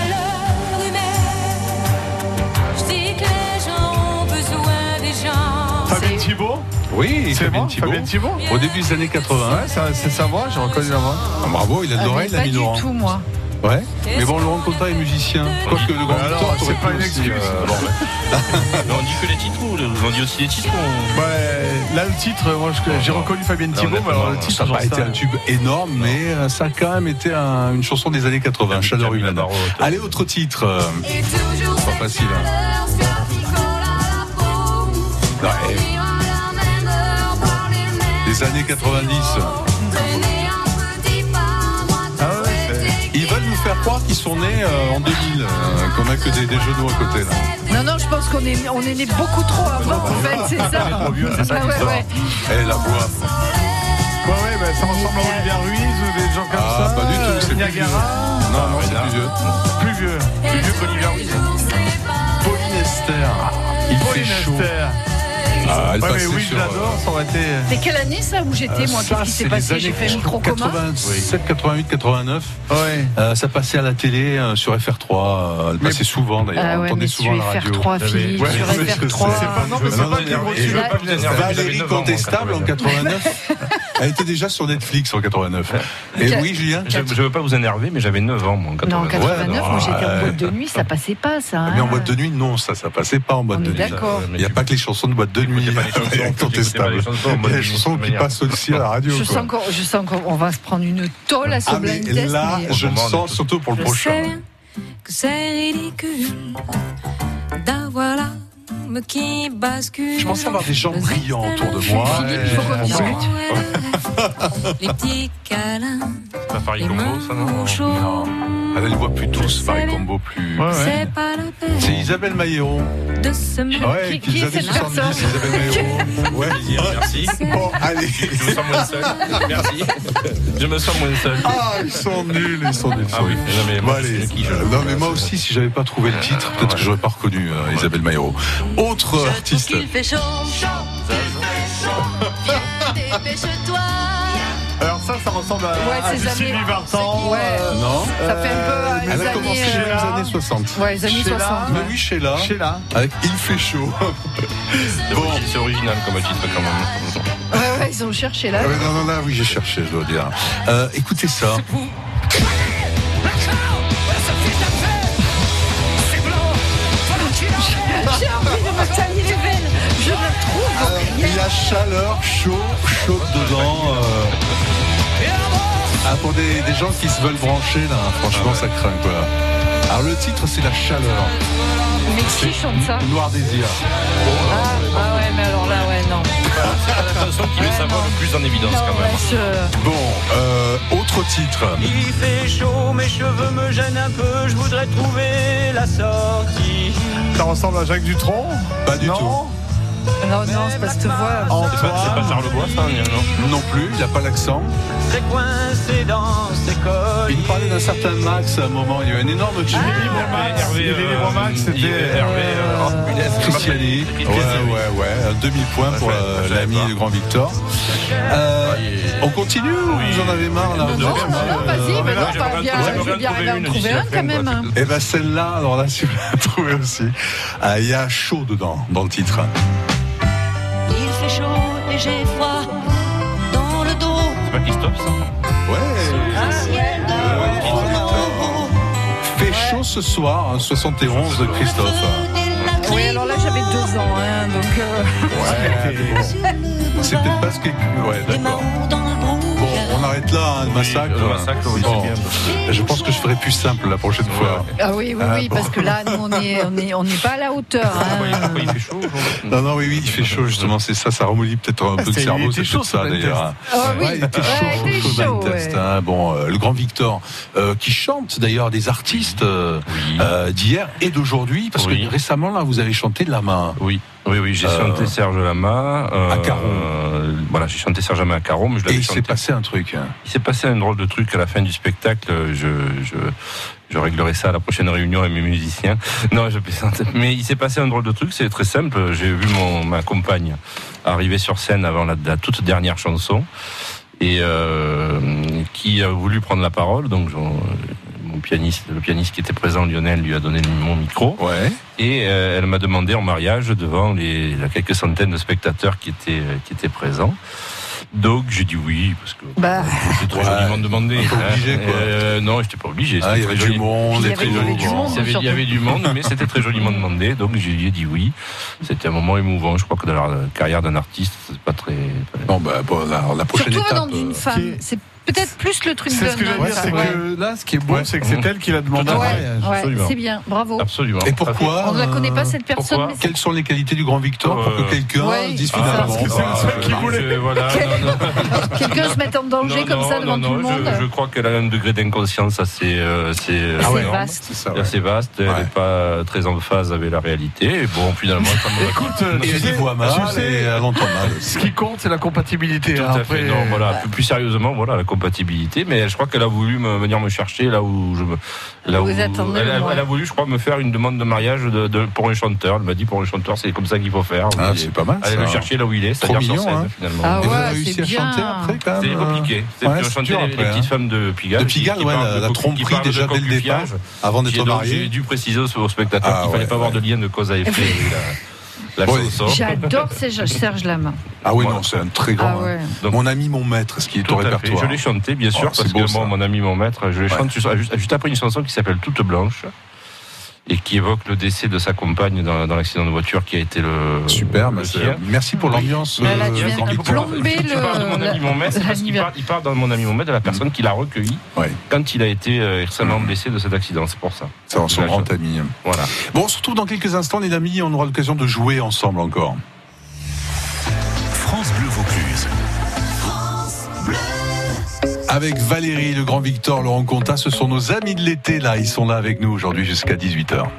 Fabien Thibault. Oui, C'est Fabien bon, Thibault. Fabien Thibault. Au début des années quatre-vingts. Ouais, ça- c'est sa voix, j'ai reconnu la voix. Ah, bravo, il a de Ah, l'oreille, mais l'ami pas du Laurent. tout, moi. Ouais. Mais bon, Laurent Conta est musicien. Quoique le grand Bah alors, Victor, c'est t'aurais pas pu une aussi, excuse. euh, bon, Mais on dit que les titres ou on dit aussi les titres ou- Ouais, là le titre, moi je- j'ai reconnu Fabien Thibault, mais alors le titre, ça n'a j'en pas sais été rien. un tube énorme, mais euh, ça a quand même été un- une chanson des années quatre-vingts, Chaleur Camille humaine. Navarro, Allez, autre titre. euh, Pas facile. Hein. Ouais. Des années quatre-vingt-dix. Ah ouais, c'est- Ils veulent nous faire croire qu'ils sont nés euh, en deux mille, euh, qu'on a que des, des genoux à côté là. Non, non, je pense qu'on est, on est né beaucoup trop avant, en fait, c'est ça. On est trop vieux, c'est ça Ah qui ouais, sort. ouais. Eh, la voix. Ouais, ouais, bah, ça ressemble à Olivia Ruiz ou des gens comme Ah, ça. pas du tout, c'est plus vieux. Niagara. Non, non, c'est plus vieux. Plus vieux. Plus vieux qu'Olivia Ruiz. Pauline Esther. Il Pauline fait chaud. Esther. Ah, elle Ouais, passait mais oui, je sur, l'adore, ça aurait été. C'est quelle année ça où j'étais, moi? ça, Qu'est-ce qui c'est s'est passé? les J'ai années fait un micro coma. quatre-vingt-sept, quatre-vingt-huit, quatre-vingt-neuf. Ouais. Euh, ça passait à la télé euh, sur F R trois. euh, elle Mais- passait souvent d'ailleurs. Ah on ouais, entendait mais souvent sur à la F R radio. trois, Philippe, Ouais, sur mais je F R trois. sais, C'est pas, non, mais c'est Non, pas non, le plus gros et tube. je veux pas vous énerver. Valérie Contestable en quatre-vingt-neuf. Elle était déjà sur Netflix en quatre-vingt-neuf. Et oui, Julien. Je ne veux pas vous énerver, mais j'avais neuf ans, moi, en Non, en quatre-vingt-neuf. quatre-vingt-neuf, Ouais, moi j'étais en ouais. boîte de nuit, ça passait pas, ça. Mais en hein. boîte de nuit, non, ça, ça passait pas en boîte On de est nuit. d'accord. Il n'y a pas que les chansons de boîte de nuit. J'écoutais pas les chansons, Valérie j'écoutais pas Contestable. les chansons en Il y boîte a de des nuit, chansons de qui manière. passent aussi à la radio. Je quoi. sens qu'on, je sens qu'on va se prendre une tôle à ce Ah, mais blind test. là, mais- je le Moment, on est sens tous- surtout pour le Je prochain. sais bien que c'est ridicule d'avoir l'âme qui bascule. Je pense avoir des gens brillants autour de moi. Philippe, il faut qu'on Ouais. discute. Les petits câlins. Safari les Combo, mains ça, non chaudes. Non. Elle a une voix plus douce, par combo plus. Ouais, ouais. C'est pas la peine C'est Isabelle Maillot. de se mettre. Ouais, Qui- qui, qui les est années cette soixante-dix, personne Isabelle Maillot. Ouais. Plaisir, merci. Bon, allez. Je me sens moins seul. Merci. Je me sens moins seul. Ah, ils sont nuls, ils sont nuls. ils Ah sont oui, nuls. non, mais Bon, moi, allez. je suis qui, je- Euh, non, mais moi aussi, si j'avais pas trouvé le titre, peut-être que j'aurais pas reconnu euh, Isabelle Maillot. Autre artiste. fait chaud, chaud, dépêche-toi. Alors ça, ça ressemble à, Ouais, à ces du années- Sylvie Vartan. Ouais. euh, Non. Ça fait un peu euh, Elle les a commencé années. dans les euh, années soixante. Ouais, les années Sheila. soixante. Mais ouais. oui, Sheila. Sheila. Avec Il fait chaud. C'est Bon. origi- C'est original comme titre quand même. Ouais, ouais, ils ont cherché là. Ah ouais, non, non, là, oui, j'ai cherché, je dois dire. Euh, écoutez ça. J'ai envie de me tailler les veines. Je me trouve. Alors, il y a chaleur, chaud, chaud dedans. Euh... Ah, pour des, des gens qui se veulent brancher, là, franchement, ça craint, quoi. Alors, le titre, c'est La chaleur. Mais qui chante ça? Noir désir. Ah, ah ouais, mais alors là, ouais, non. C'est pas la chanson qui met sa voix le plus en évidence Non, quand même. ouais, je- Bon, euh, autre titre. Il fait chaud, mes cheveux me gênent un peu, je voudrais trouver la sortie. Ça ressemble à Jacques Dutronc. Pas du Non. tout. Non, non, c'est pas cette voix. C'est pas, c'est pas Charles Bois, ça, non? Non plus, il n'y a pas l'accent. C'est coincé dans ses colliers. Il parlait d'un certain Max à un moment, il y a eu un énorme tube. Hervé, Il est euh, libre Max, c'était- il est Hervé, euh, oh, punaise, Christiani. Ouais, Christiani. ouais, ouais. Un demi-point pour Ouais, euh, je savais l'ami pas. de Grand Victor. Euh, on continue ou Oui. vous en avez marre là Non, non, non, vas-y, Euh, mais non, j'aimerais pas bien, trouver- je veux bien j'aimerais arriver à en trouver trouver une un d'ici quand la même. fin, hein. Eh ben celle-là, alors là, si vous la trouvez aussi. Ah, il y a chaud dedans, dans le titre. Il fait chaud et j'ai froid dans le dos. C'est pas Christophe, ça? Ouais. Un ciel de flambeau. Fait chaud ce soir, hein, soixante et onze de Christophe. Oui, alors là, j'avais deux ans, hein, donc. euh, Ouais, bon. C'est peut-être pas ce qui est. Ouais, Les d'accord. mains dans la brouille. Bon, on arrête là, hein, le massacre. Le massacre, oui, Bon. c'est bien. Je pense que je ferai plus simple la prochaine fois. Ah oui, oui, Ah, oui, bon. parce que là, nous, on est, on est, on n'est pas à la hauteur. Pourquoi il- Hein. pourquoi il fait chaud aujourd'hui? Non, non, oui, oui, il fait chaud justement, c'est ça, ça ramollit peut-être un peu le c'est- cerveau, il c'est était chaud, peut-être ça ce blind d'ailleurs. Ah oui, Ouais, il était chaud, ouais, il était chaud, chaud chaud, blind test, ouais. hein. Bon, euh, le grand Victor, euh, qui chante d'ailleurs des artistes euh, Oui. euh, d'hier et d'aujourd'hui, parce Oui. que récemment là, vous avez chanté de la main. Oui, oui, oui, j'ai Euh, chanté Serge Lama. euh, à Caron. euh, voilà, j'ai chanté Serge Lama à Caron, mais je Et l'avais il chanté. s'est passé un truc. Il s'est passé un drôle de truc à la fin du spectacle. Je, je, je réglerai ça à la prochaine réunion avec mes musiciens. Non, je plaisante. Mais il s'est passé un drôle de truc. C'est très simple. J'ai vu mon, ma compagne arriver sur scène avant la, la toute dernière chanson et euh, qui a voulu prendre la parole. Donc, je, mon pianiste, le pianiste qui était présent, Lionel, lui a donné mon micro. Ouais. Et euh, elle m'a demandé en mariage devant les, les quelques centaines de spectateurs qui étaient, qui étaient présents. Donc j'ai dit oui, parce que Bah. c'était très Ouais. joliment demandé. Pas obligé, quoi. Euh, non, j'étais pas obligé. Ah, il y C'était avait très du joli. monde, Il y et avait- tout. il y avait du Bon. monde. Il y, avait, il y surtout. avait du monde, mais c'était très joliment demandé, donc j'ai dit oui. C'était un moment émouvant. Je crois que dans la carrière d'un artiste, c'est pas très. Bon, bah, bon, la, la prochaine Surtout étape. venant d'une euh, femme. qui est- C'est peut-être plus le truc C'est ce que d'un je veux homme. dire, ça, c'est ouais. que là, ce qui est beau, Ouais. c'est que c'est elle qui l'a demandé en Ouais, mariage. ouais, Absolument. c'est bien, bravo. Absolument. Et pourquoi On ne la euh, connaît pas cette personne, pourquoi mais c'est- Quelles sont les qualités du grand Victor pour que Euh, quelqu'un ouais, dise c'est ça. finalement Parce que c'est bah, le seul qui je- voulait. Je- voilà, non, non. quelqu'un se met en danger Non, comme non, ça devant non, tout le non, monde. je, je crois qu'elle a un degré d'inconscience assez, euh, assez, euh, Ah ouais, énorme. vaste. C'est ça, ouais. assez vaste. Elle n'est Ouais. pas très en phase avec la réalité. Et bon, finalement, ça me Écoute, euh, Et tu elle y sais- voit mal, tu sais- et elle entend mal. Ce qui compte, c'est la compatibilité. Tout hein. à Après, fait. Non, voilà. Plus, plus sérieusement, voilà la compatibilité. Mais je crois qu'elle a voulu me, venir me chercher là où je me. Là Vous où, attendez elle, le a, moment. elle a voulu, je crois, me faire une demande de mariage de, de- pour un chanteur. Elle m'a dit pour un chanteur, c'est comme ça qu'il faut faire. Ah, Et c'est pas mal, aller ça. le chercher là où il est, Trop c'est-à-dire sur mignon, scène, hein. finalement. Ah Et vous ouais, avez réussi c'est à bien. chanter après quand même C'est euh, compliqué. C'est ouais, de c'est chanter dur les, après, les petites hein. femmes de Pigalle. De qui- Pigalle, qui ouais, parlent la- de la cocu- qui tromperie parlent de déjà dès le départ, cocufiage. avant d'être J'ai donc- marié. J'ai dû préciser au, au spectateur Ah, qu'il fallait ouais, pas avoir ouais. de lien de cause à effet. avec La, la Bon, chanson. J'adore Serge Serge Lama. Ah oui, Voilà. non, c'est un très grand. Ah ouais. hein. Donc- Mon ami, mon maître, ce qui est Tout au à fait. répertoire. Je l'ai chanté, bien sûr, Oh, c'est parce beau, que ça. moi, mon ami, mon maître, je l'ai Ouais. chante juste, juste après une chanson qui s'appelle Toute Blanche et qui évoque le décès de sa compagne dans, dans l'accident de voiture qui a été le. Super, le bah, c'est- sien. merci pour l'ambiance. Là, là, euh, tu viens Grand de Victor. plomber Il parle de mon le- ami, mon maître, parce qu'il l'anniversaire. parle, il parle dans mon ami, mon maître de la personne qui l'a recueilli Ouais. quand il a été euh, extrêmement blessé de cet accident. C'est pour ça. C'est son Là, grand je- ami. Voilà. Bon, on se retrouve dans quelques instants, les amis. On aura l'occasion de jouer ensemble encore. France Bleu Vaucluse. avec Valérie, le grand Victor, Laurent Contat. Ce sont nos amis de l'été, là. Ils sont là avec nous aujourd'hui jusqu'à dix-huit heures.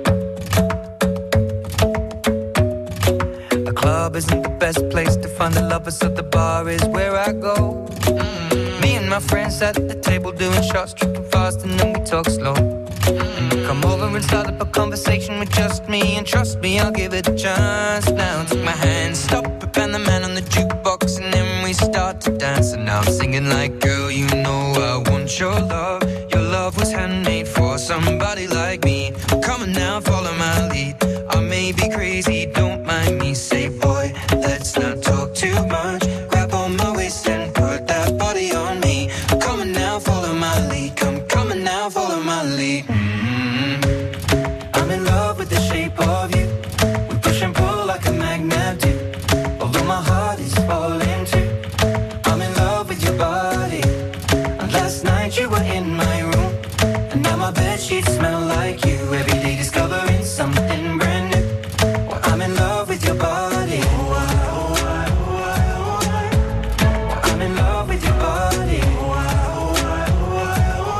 The club isn't the best place to find the lovers, so the bar is where I go. Mm. Me and my friends at the table doing shots, tripping fast, and then we talk slow. And you come over and start up a conversation with just me, and trust me, I'll give it a chance. Now take my hand, stop it, and the man on the jukebox, and then we start to dance. And now I'm singing like, girl, you know I want your love. Your love was handmade for somebody like me. Come on now, follow my lead. I may be crazy, don't mind me. Say, boy, let's not talk too much. Grab on my waist and put that body on me. Come on now, follow my lead. Come, come on now, follow my lead. Mm-hmm. I'm in love with the shape of you. We push and pull like a magnet do. Although my heart is falling too. I'm in love with your body. And last night you were in my room. And now my bedsheets smell like you. Every day discovering something brand new. Well, I'm in love with your body. Oh, I, oh, I, oh, I, oh, I. Well, I'm in love with your body. Oh, I, oh, I, oh, I, oh,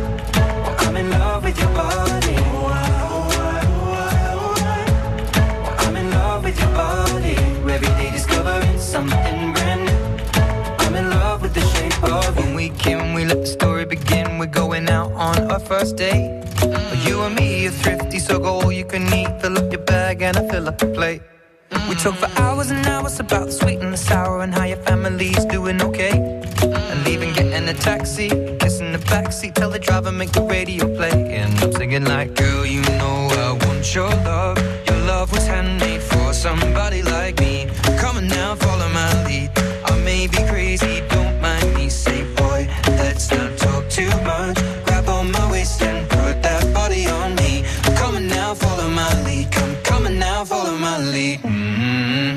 I. Well, I'm in love with your body. Oh, I, oh, I, oh, I, oh, I. Well, I'm in love with your body. Every day discovering something brand new. I'm in love with the shape of you. When we came, we let the story begin. We're going out on our first date. Mm. You and me are thrifty, so go all you can eat. Fill up your bag and I fill up the plate. Mm. We talk for hours and hours about the sweet and the sour and how your family's doing okay. Mm. And leaving, getting a taxi, kissing the backseat, tell the driver make the radio play. And I'm singing like, girl, you know I want your love. Your love was handmade for somebody like me. Come on now, follow my lead. I may be crazy, don't mind me. Say, boy, let's not talk too much. Grab on my waist and put that body on me. Come on now, follow my lead. Come, come on now, follow my lead. Mm-hmm.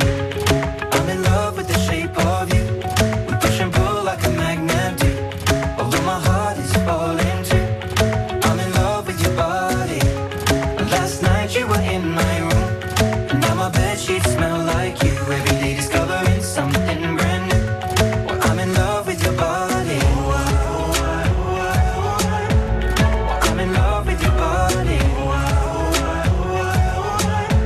I'm in love with the shape of you. We push and pull like a magnet do. Although my heart is falling too. I'm in love with your body. Last night you were in my room. And now my bedsheets smell like you. Every day discovering something brand new. Well, I'm in love with your body. Oh, I, oh, I, oh, I, oh, I. Well, I'm in love with your body. Oh, I, oh, I, oh, I, oh,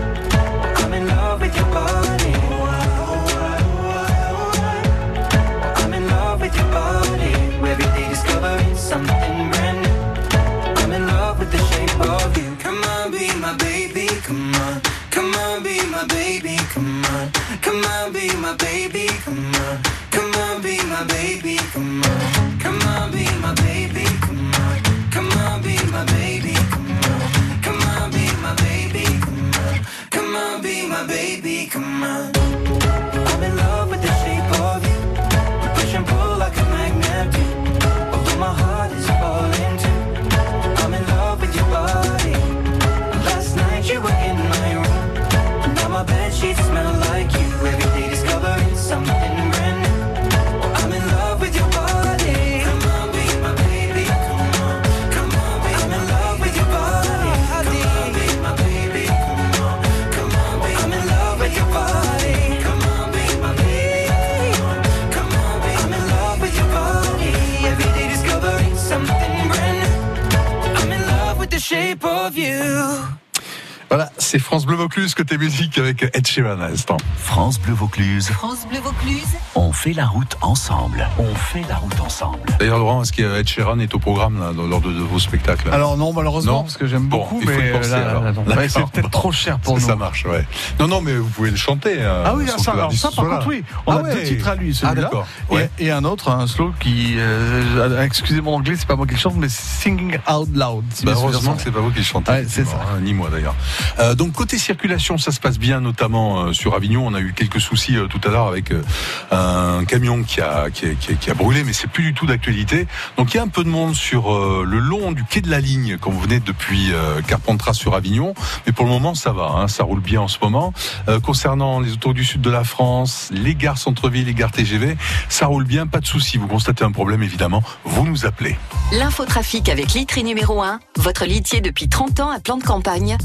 I. Well, I'm in love with your body. Oh, I, oh, I, oh, I, oh, I. Well, I'm in love with your body. Every day discovering something brand new. I'm in love with the shape of you. Come on, be my baby, come on. Come on, be my baby, come on. Come on, be my baby, come on. Come on, be my baby, come on. Come on, be my baby, come on. Come on, be my baby, come on. Come on, be my baby, come on. Come on, be my baby, come on. I'm in love with the shape of you. We push and pull like a magnet do. Although my heart is falling too. I'm in love with your body. Last night you were in my room. Now my bedsheets smell like you. Every day discovering something brand new. Well, I'm in love with your body. Come on, be my baby. Come on, come on, be I'm in love with your body. Come on, be my baby. Come on, come on, be I'm in love with your body. Come on, be my baby. Come on, come on, be I'm in love with your body. Every day discovering something brand new. I'm in love with the shape of you. Voilà, c'est France Bleu Vaucluse côté musique avec Ed Sheeran à l'instant. France Bleu Vaucluse. France Bleu Vaucluse. On fait la route ensemble. On fait la route ensemble. D'ailleurs, Laurent, est-ce qu'Ed Sheeran est au programme là, lors de, de vos spectacles? Alors non, malheureusement, non parce que j'aime bon, beaucoup, il faut mais y penser, là, alors. là, non. Ouais, c'est peut-être trop cher pour ça, nous. Ça marche, ouais. Non, non, mais vous pouvez le chanter. Euh, ah oui, ça, alors, ça par contre, oui. On ah a ouais. deux titres à lui, celui-là. Ah, d'accord. Ouais. Et, et un autre, un slow qui, euh, excusez mon anglais, c'est pas moi qui le chante, mais Singing Out Loud. Si bah, heureusement que c'est pas vous qui le chantez. Ouais, c'est ça. Hein, ni moi d'ailleurs. Euh, donc côté circulation, ça se passe bien, notamment euh, sur Avignon. On a eu quelques soucis euh, tout à l'heure avec euh, un camion qui a, qui a, qui a, qui a brûlé, mais c'est plus du tout d'actualité. Donc il y a un peu de monde sur euh, le long du quai de la Ligne quand vous venez depuis euh, Carpentras sur Avignon, mais pour le moment ça va, hein, ça roule bien en ce moment. Euh, concernant les autoroutes du sud de la France, les gares centre-ville, les gares T G V, ça roule bien, pas de soucis. Vous constatez un problème, évidemment, vous nous appelez. L'infotrafic avec Litry numéro un, votre litier depuis trente ans à plan de campagne, Toulon et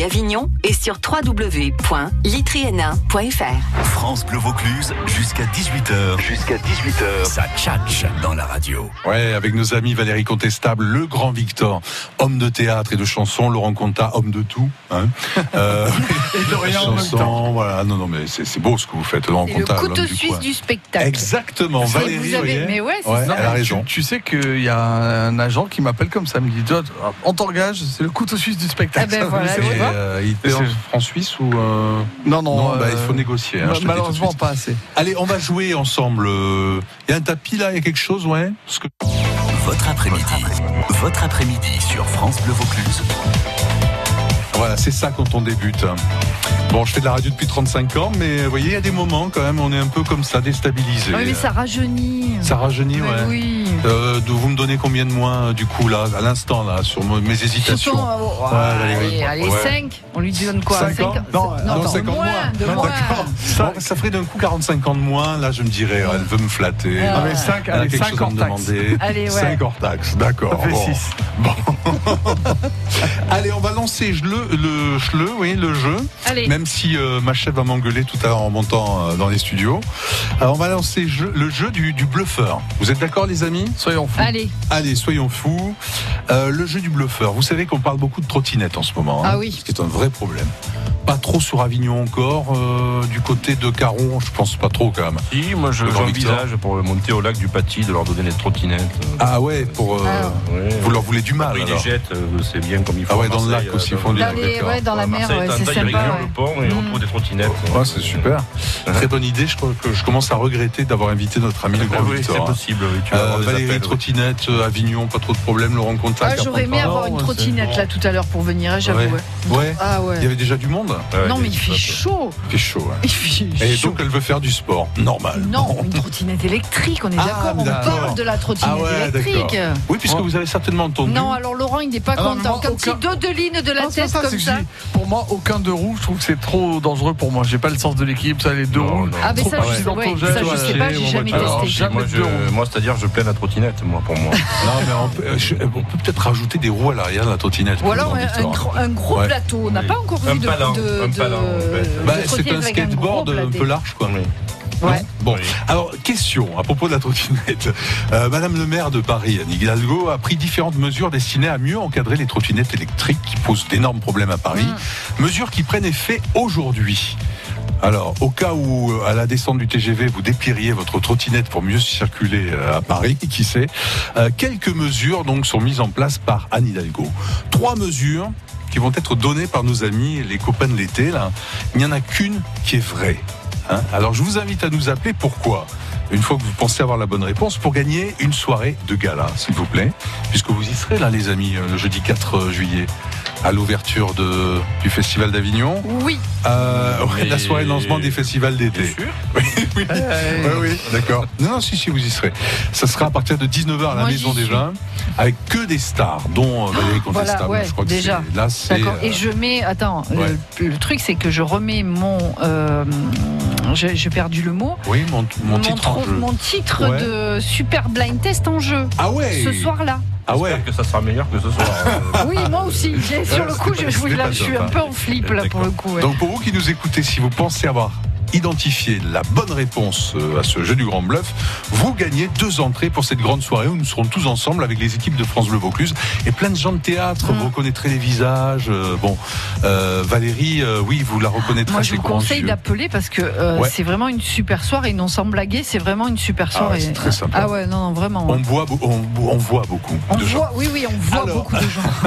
et Avignon et sur w w w point litriena point f r. France Bleu Vaucluse, jusqu'à dix-huit heures. Jusqu'à dix-huit heures, ça tchatche dans la radio. Ouais, avec nos amis Valérie Contestable, le grand Victor, homme de théâtre et de chansons, Laurent Contat, homme de tout. Hein. Euh, et de rien en même temps. Voilà, non, non, mais c'est, c'est beau ce que vous faites, Laurent Et le Contat. couteau l'homme suisse coin. du spectacle. Exactement, Parce que Valérie, vous avez- voyez. mais ouais, c'est Ouais, ça. elle a raison. Tu, tu sais qu'il y a un agent qui m'appelle comme ça, me dit John, on t'engage, c'est le couteau suisse du spectacle. Ah ben voilà, C'est Et, vrai. euh, il était en C'est- franc suisse ou euh... Non, non, non bah, euh, il faut négocier. Hein, je te le dis tout de malheureusement suite. pas assez. Allez, on va jouer ensemble. Il y a un tapis là, il y a quelque chose, ouais. Parce que... Votre après-midi. Votre après-midi sur France Bleu Vaucluse. Voilà, c'est ça quand on débute. Bon, je fais de la radio depuis trente-cinq ans, mais vous voyez, il y a des moments quand même, on est un peu comme ça, déstabilisé. Oui, mais ça rajeunit. Ça rajeunit, Mais ouais. oui. Euh, de- vous me donnez combien de moins, du coup, là, à l'instant, là, sur mo- mes hésitations Surtout, euh, oh, Ouais, Valérie. allez, allez Ouais. cinq. On lui donne quoi Cinq ans Cinq- Non, non, non, non, cinq ans de moins, moins. de Non, moins. d'accord. Bon, ça ferait d'un coup quarante-cinq ans de moins, là, je me dirais, elle veut me flatter. Ah, mais cinq, Elle a allez, quelque cinq chose à hors me taxe. demander. Allez, ouais. cinq hors taxe, d'accord. Ça fait bon. six. Bon. Allez, on va lancer le, le, le, oui, le jeu. Allez. Même si euh, ma chef va m'engueuler tout à l'heure en montant euh, dans les studios. Alors, on va lancer jeu- le jeu du, du bluffeur. Vous êtes d'accord, les amis? Soyons fous. Allez. Allez, soyons fous. Euh, le jeu du bluffeur. Vous savez qu'on parle beaucoup de trottinettes en ce moment. hein, Ah oui. Ce qui est un vrai problème. Pas trop sur Avignon encore. euh, du côté de Caron, je pense pas trop quand même. Si, moi je Le grand j'envisage pour monter au lac du Paty de leur donner des trottinettes. Ah ouais, pour. euh, Ouais. Vous leur voulez du mal Après, ils les alors. jettent, euh, c'est bien comme il faut. Ah ouais, à dans le Marseille, lac aussi, euh, ils font du Dans, lac, les, d'accord. ouais, dans la mer, Marseille, ouais, t'as un c'est tas, ils sympa. récupèrent ouais. le pont et on Mm. trouve des trottinettes. Ouais, c'est super. Très bonne idée. Je crois que je commence à regretter d'avoir invité notre ami le grand Ah oui, Victor. c'est possible. Oui, tu vas Euh, avoir des Valérie, appels, oui. trottinette, euh, Avignon, pas trop de problème. Laurent Contact. Ah, j'aurais aimé avoir une trottinette là tout à l'heure pour venir, hein, j'avoue. Ouais. ouais. Ouais. Ah ouais. Il y avait déjà du monde. Ouais, Non, mais des- il fait chaud. Il fait chaud. ouais. Il fait Et chaud. donc elle veut faire du sport. Normal. Non, une trottinette électrique, on est Ah, d'accord. On d'accord. parle de la trottinette Ah ouais, électrique. d'accord. Oui, puisque Ouais. vous avez certainement entendu. Non, alors Laurent, il n'est pas Ah non, mais content. moi, Quand aucun- il dodeline de la Non, c'est tête pas comme c'est que ça. je dis, pour moi, aucun deux roues, je trouve que c'est trop dangereux pour moi. J'ai pas le sens de l'équilibre, ça, les deux Non, roues. non. Ah, mais trop ça, je sais, accidentogènes, ouais, ça, je voilà. sais pas, j'ai jamais Alors, testé. jamais Moi, de je, deux roues. moi, c'est-à-dire, je plains la trottinette, moi, pour moi. Non, mais on peut, euh, je- on peut peut-être rajouter des roues à l'arrière de la trottinette. Ou alors Grand un, un Victor. gros, un gros Ouais. plateau. On n'a Oui. pas encore Un vu de, palan, de, un de- palan, en fait. de Bah, trottinette c'est un avec gros skateboard un platé. peu large, quoi. Oui. Ouais. Bon, Oui. alors question à propos de la trottinette. Euh, Madame le maire de Paris, Anne Hidalgo, a pris différentes mesures destinées à mieux encadrer les trottinettes électriques qui posent d'énormes problèmes à Paris. Mesures qui prennent effet aujourd'hui. Alors, au cas où, euh, à la descente du T G V, vous déplieriez votre trottinette pour mieux circuler euh, à Paris, qui sait, euh, quelques mesures donc sont mises en place par Anne Hidalgo. Trois mesures qui vont être données par nos amis, les copains de l'été. Là, il n'y en a qu'une qui est vraie. Hein. Alors, je vous invite à nous appeler. Pourquoi ? Une fois que vous pensez avoir la bonne réponse, pour gagner une soirée de gala, s'il vous plaît, puisque vous y serez là, les amis, euh, le jeudi quatre juillet, à l'ouverture de, du Festival d'Avignon. Oui. Euh, ouais, Mais- la soirée de lancement des festivals d'été. Bien sûr. Oui, oui, oui, oui, d'accord. Non, non, si, si, vous y serez. Ça sera à partir de dix-neuf heures à la Moi, maison j'y déjà, avec que des stars, dont euh, Valérie Contestable. Voilà, ouais, je crois que déjà. c'est- là, c'est. D'accord. euh, Et je mets. Attends, ouais. le, le truc, c'est que je remets mon. Euh, j'ai j'ai perdu le mot. Oui, mon, mon titre en tro- jeu. mon titre Ouais. de Super Blind Test en jeu. Ah ouais. Ce soir-là. Ah ouais. J'espère que ça sera meilleur que ce soir. Oui, moi aussi. J'ai- Sur le Ouais, coup, c'était je, pas- je, c'était là, pas je suis top, un peu en flip là pour le coup. ouais. Donc pour vous qui nous écoutez, si vous pensez avoir identifié la bonne réponse euh, à ce jeu du Grand Bluff, vous gagnez deux entrées pour cette grande soirée où nous serons tous ensemble avec les équipes de France Bleu Vaucluse et plein de gens de théâtre. Mm. Vous reconnaîtrez les visages. euh, bon, euh, Valérie, euh, oui, vous la reconnaîtrez. Moi, je ses vous grands conseille yeux. d'appeler parce que euh, Ouais. c'est vraiment une super soirée. Non, sans blaguer, c'est vraiment une super Ah ouais, soirée. c'est très sympa. Ah ouais, non, non, vraiment. On, voit, beau- on, on voit beaucoup On de gens. voit, oui, oui, on voit Alors. beaucoup de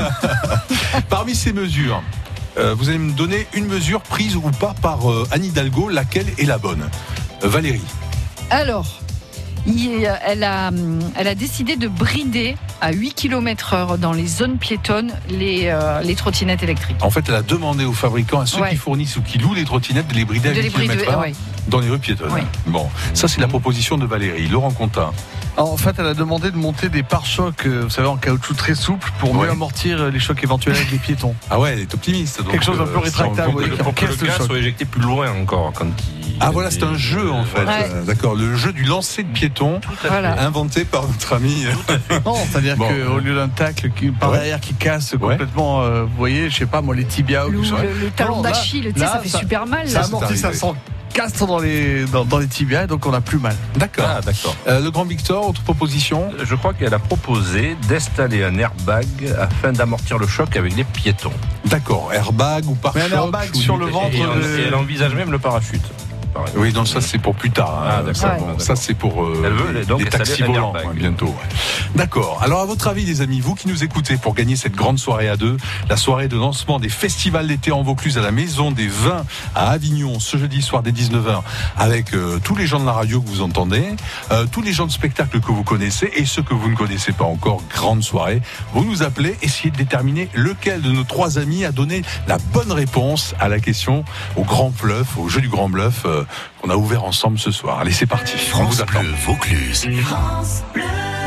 gens. Parmi ces mesures, euh, vous allez me donner une mesure prise ou pas par euh, Anne Hidalgo, laquelle est la bonne. Euh, Valérie. Alors, il- elle, a, elle a décidé de brider à huit kilomètres heure dans les zones piétonnes les, euh, les trottinettes électriques. En fait, elle a demandé aux fabricants, à ceux Ouais. qui fournissent ou qui louent les trottinettes, de les brider à De huit les brider, kilomètres heure ouais. dans les rues piétonnes. Oui. Bon, ça c'est la proposition de Valérie. Laurent Contat. Alors, en fait, elle a demandé de monter des pare-chocs, euh, vous savez, en caoutchouc très souple pour Ouais. mieux amortir euh, les chocs éventuels avec les piétons. Ah ouais, elle est optimiste. Donc, Quelque chose d'un peu euh, rétractable, Pour oui, que, qui pour que le encaisse le gars choc. soit éjecté plus loin encore quand il. Ah voilà, c'est un jeu en fait. Ouais. Euh, D'accord, le jeu du lancer de piéton, Voilà. inventé par notre ami. Non, c'est-à-dire Bon. qu'au lieu d'un tacle qui, par Ouais. derrière qui casse complètement, euh, vous voyez, je sais pas moi, les tibias ou Le, tout ça. le- le talon Non, là- d'Achille, tu sais, là, ça fait super mal. Ça là. amortit, ça arrivé. s'encastre dans les, dans, dans les tibias, donc on a plus mal. D'accord. Ah, d'accord. Euh, le grand Victor, autre proposition. Je crois qu'elle a proposé d'installer un airbag afin d'amortir le choc avec les piétons. D'accord, airbag ou pare-choc. Mais un airbag ou sur du- le ventre Et, et- de- et elle envisage même le parachute. pareil. Oui, non, ça c'est pour plus tard. hein. Ah, d'accord. Ça, Ouais. bon, D'accord. ça, c'est pour euh, Elle veut, les, donc, les installer taxis un volants airbag. ouais, bientôt. ouais. D'accord. Alors, à votre avis, les amis, vous qui nous écoutez, pour gagner cette grande soirée à deux, la soirée de lancement des festivals d'été en Vaucluse à la Maison des Vins à Avignon, ce jeudi soir dès dix-neuf heures, avec euh, tous les gens de la radio que vous entendez, euh, tous les gens de spectacle que vous connaissez et ceux que vous ne connaissez pas encore, grande soirée. Vous nous appelez, essayez de déterminer lequel de nos trois amis a donné la bonne réponse à la question au grand bluff, au jeu du grand bluff euh, qu'on a ouvert ensemble ce soir. Allez, c'est parti. On vous France attend. Bleu Vaucluse. France Bleu.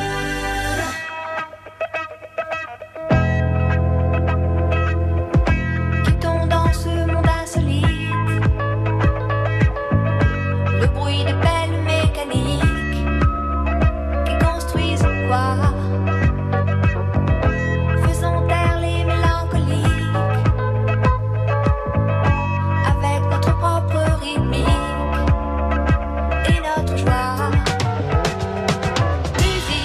Quittons dans ce monde insolite le bruit des pelles mécaniques qui construisent quoi? Faisons taire les mélancoliques avec notre propre rythmique et notre joie. Musique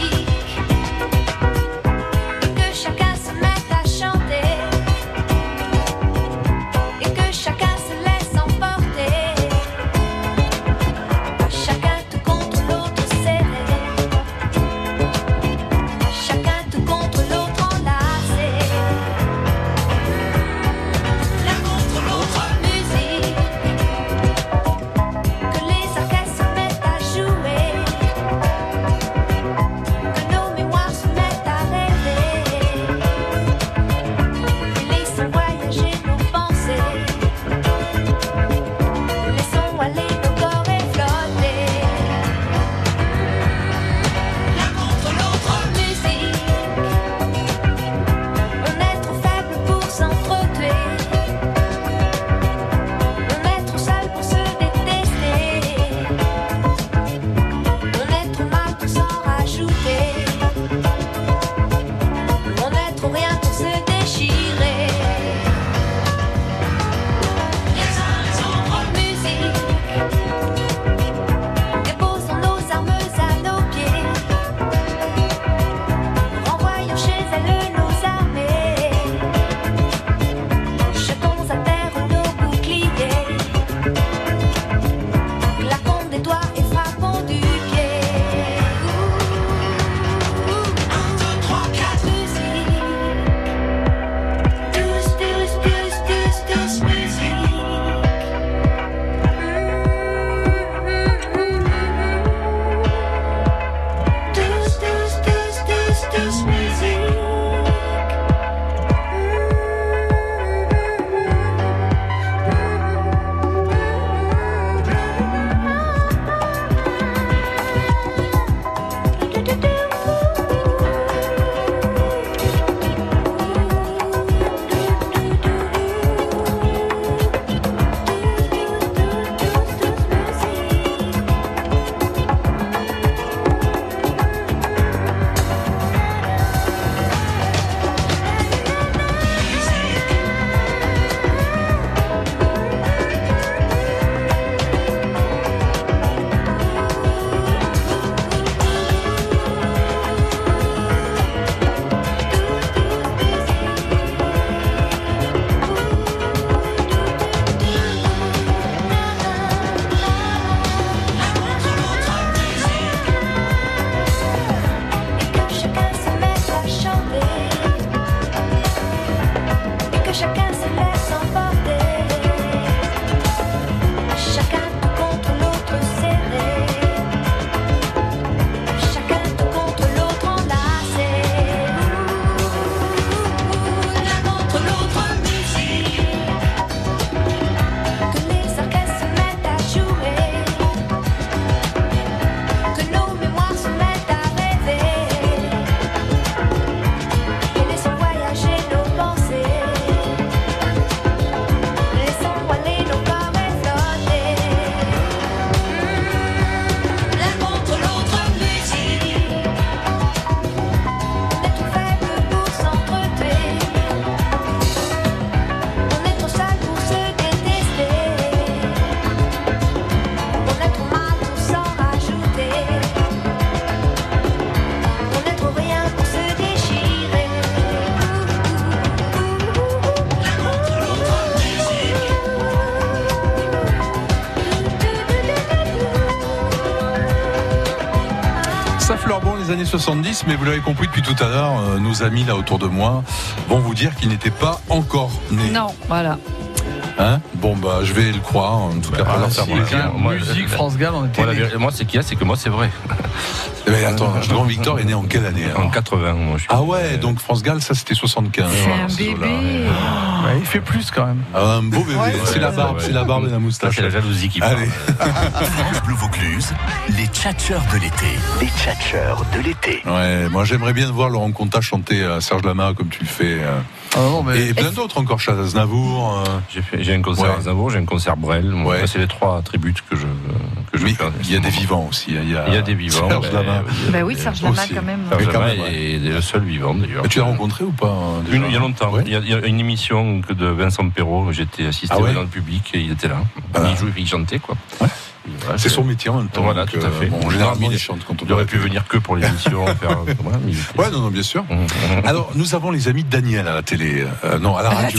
Ça fleure bon les années soixante-dix, mais vous l'avez compris depuis tout à l'heure, euh, nos amis là autour de moi vont vous dire qu'ils n'étaient pas encore nés. Non, voilà. Hein bon bah je vais le croire, en tout cas Bah, pas leur si, faire les gars, moi, moi, Musique, France Gall, on était. Moi, la nés. vérité- moi, c'est qu'il y a, c'est que moi, c'est vrai. Mais attends, le grand Victor est né en quelle année alors En quatre-vingts, moi, je suis. Ah ouais, donc France Gall, ça c'était soixante-quinze. C'est voilà, un ces eaux-là. bébé. Ouais, il fait plus quand même. Ah, un beau bébé, Ouais, c'est ouais, la ouais, barbe, ouais. c'est la barbe et la Ça, moustache. c'est la jalousie qui parle. Allez. France Bleu Vaucluse, les tchatcheurs de l'été. Les tchatcheurs de l'été. Ouais, moi j'aimerais bien voir Laurent Conta chanter euh, Serge Lama comme tu le fais. euh, Ah non, mais et plein d'autres encore, Charles Aznavour. euh, J'ai fait, j'ai un concert Ouais. à Aznavour, j'ai un concert Brel. Moi, Ouais. c'est les trois attributs que je, que je Mais fais. il y a des vivants aussi. Il y a, Il y a des vivants. Serge ben, Lama. il y a- Bah oui, Serge Lama aussi. quand même. Serge Mais quand Lama même, ouais. est le seul vivant d'ailleurs. Mais tu l'as rencontré ou pas hein, déjà Une- il y a longtemps. Ouais. Il, y a, il y a une émission que de Vincent Perrault, j'étais assisté Ah ouais dans le public et il était là. Ah. Il jouait, il chantait quoi. Ouais. Et voilà, C'est son métier en même temps. Voilà, donc, tout à fait. euh, Bon, généralement, Non, mais il chante quand on Il aurait doit pu arrêter. venir que pour l'émission. faire, voilà, mais il était- Ouais, non, non, bien sûr. Mhm. Alors, nous avons les amis de Daniel à la télé. Euh, non, à la radio.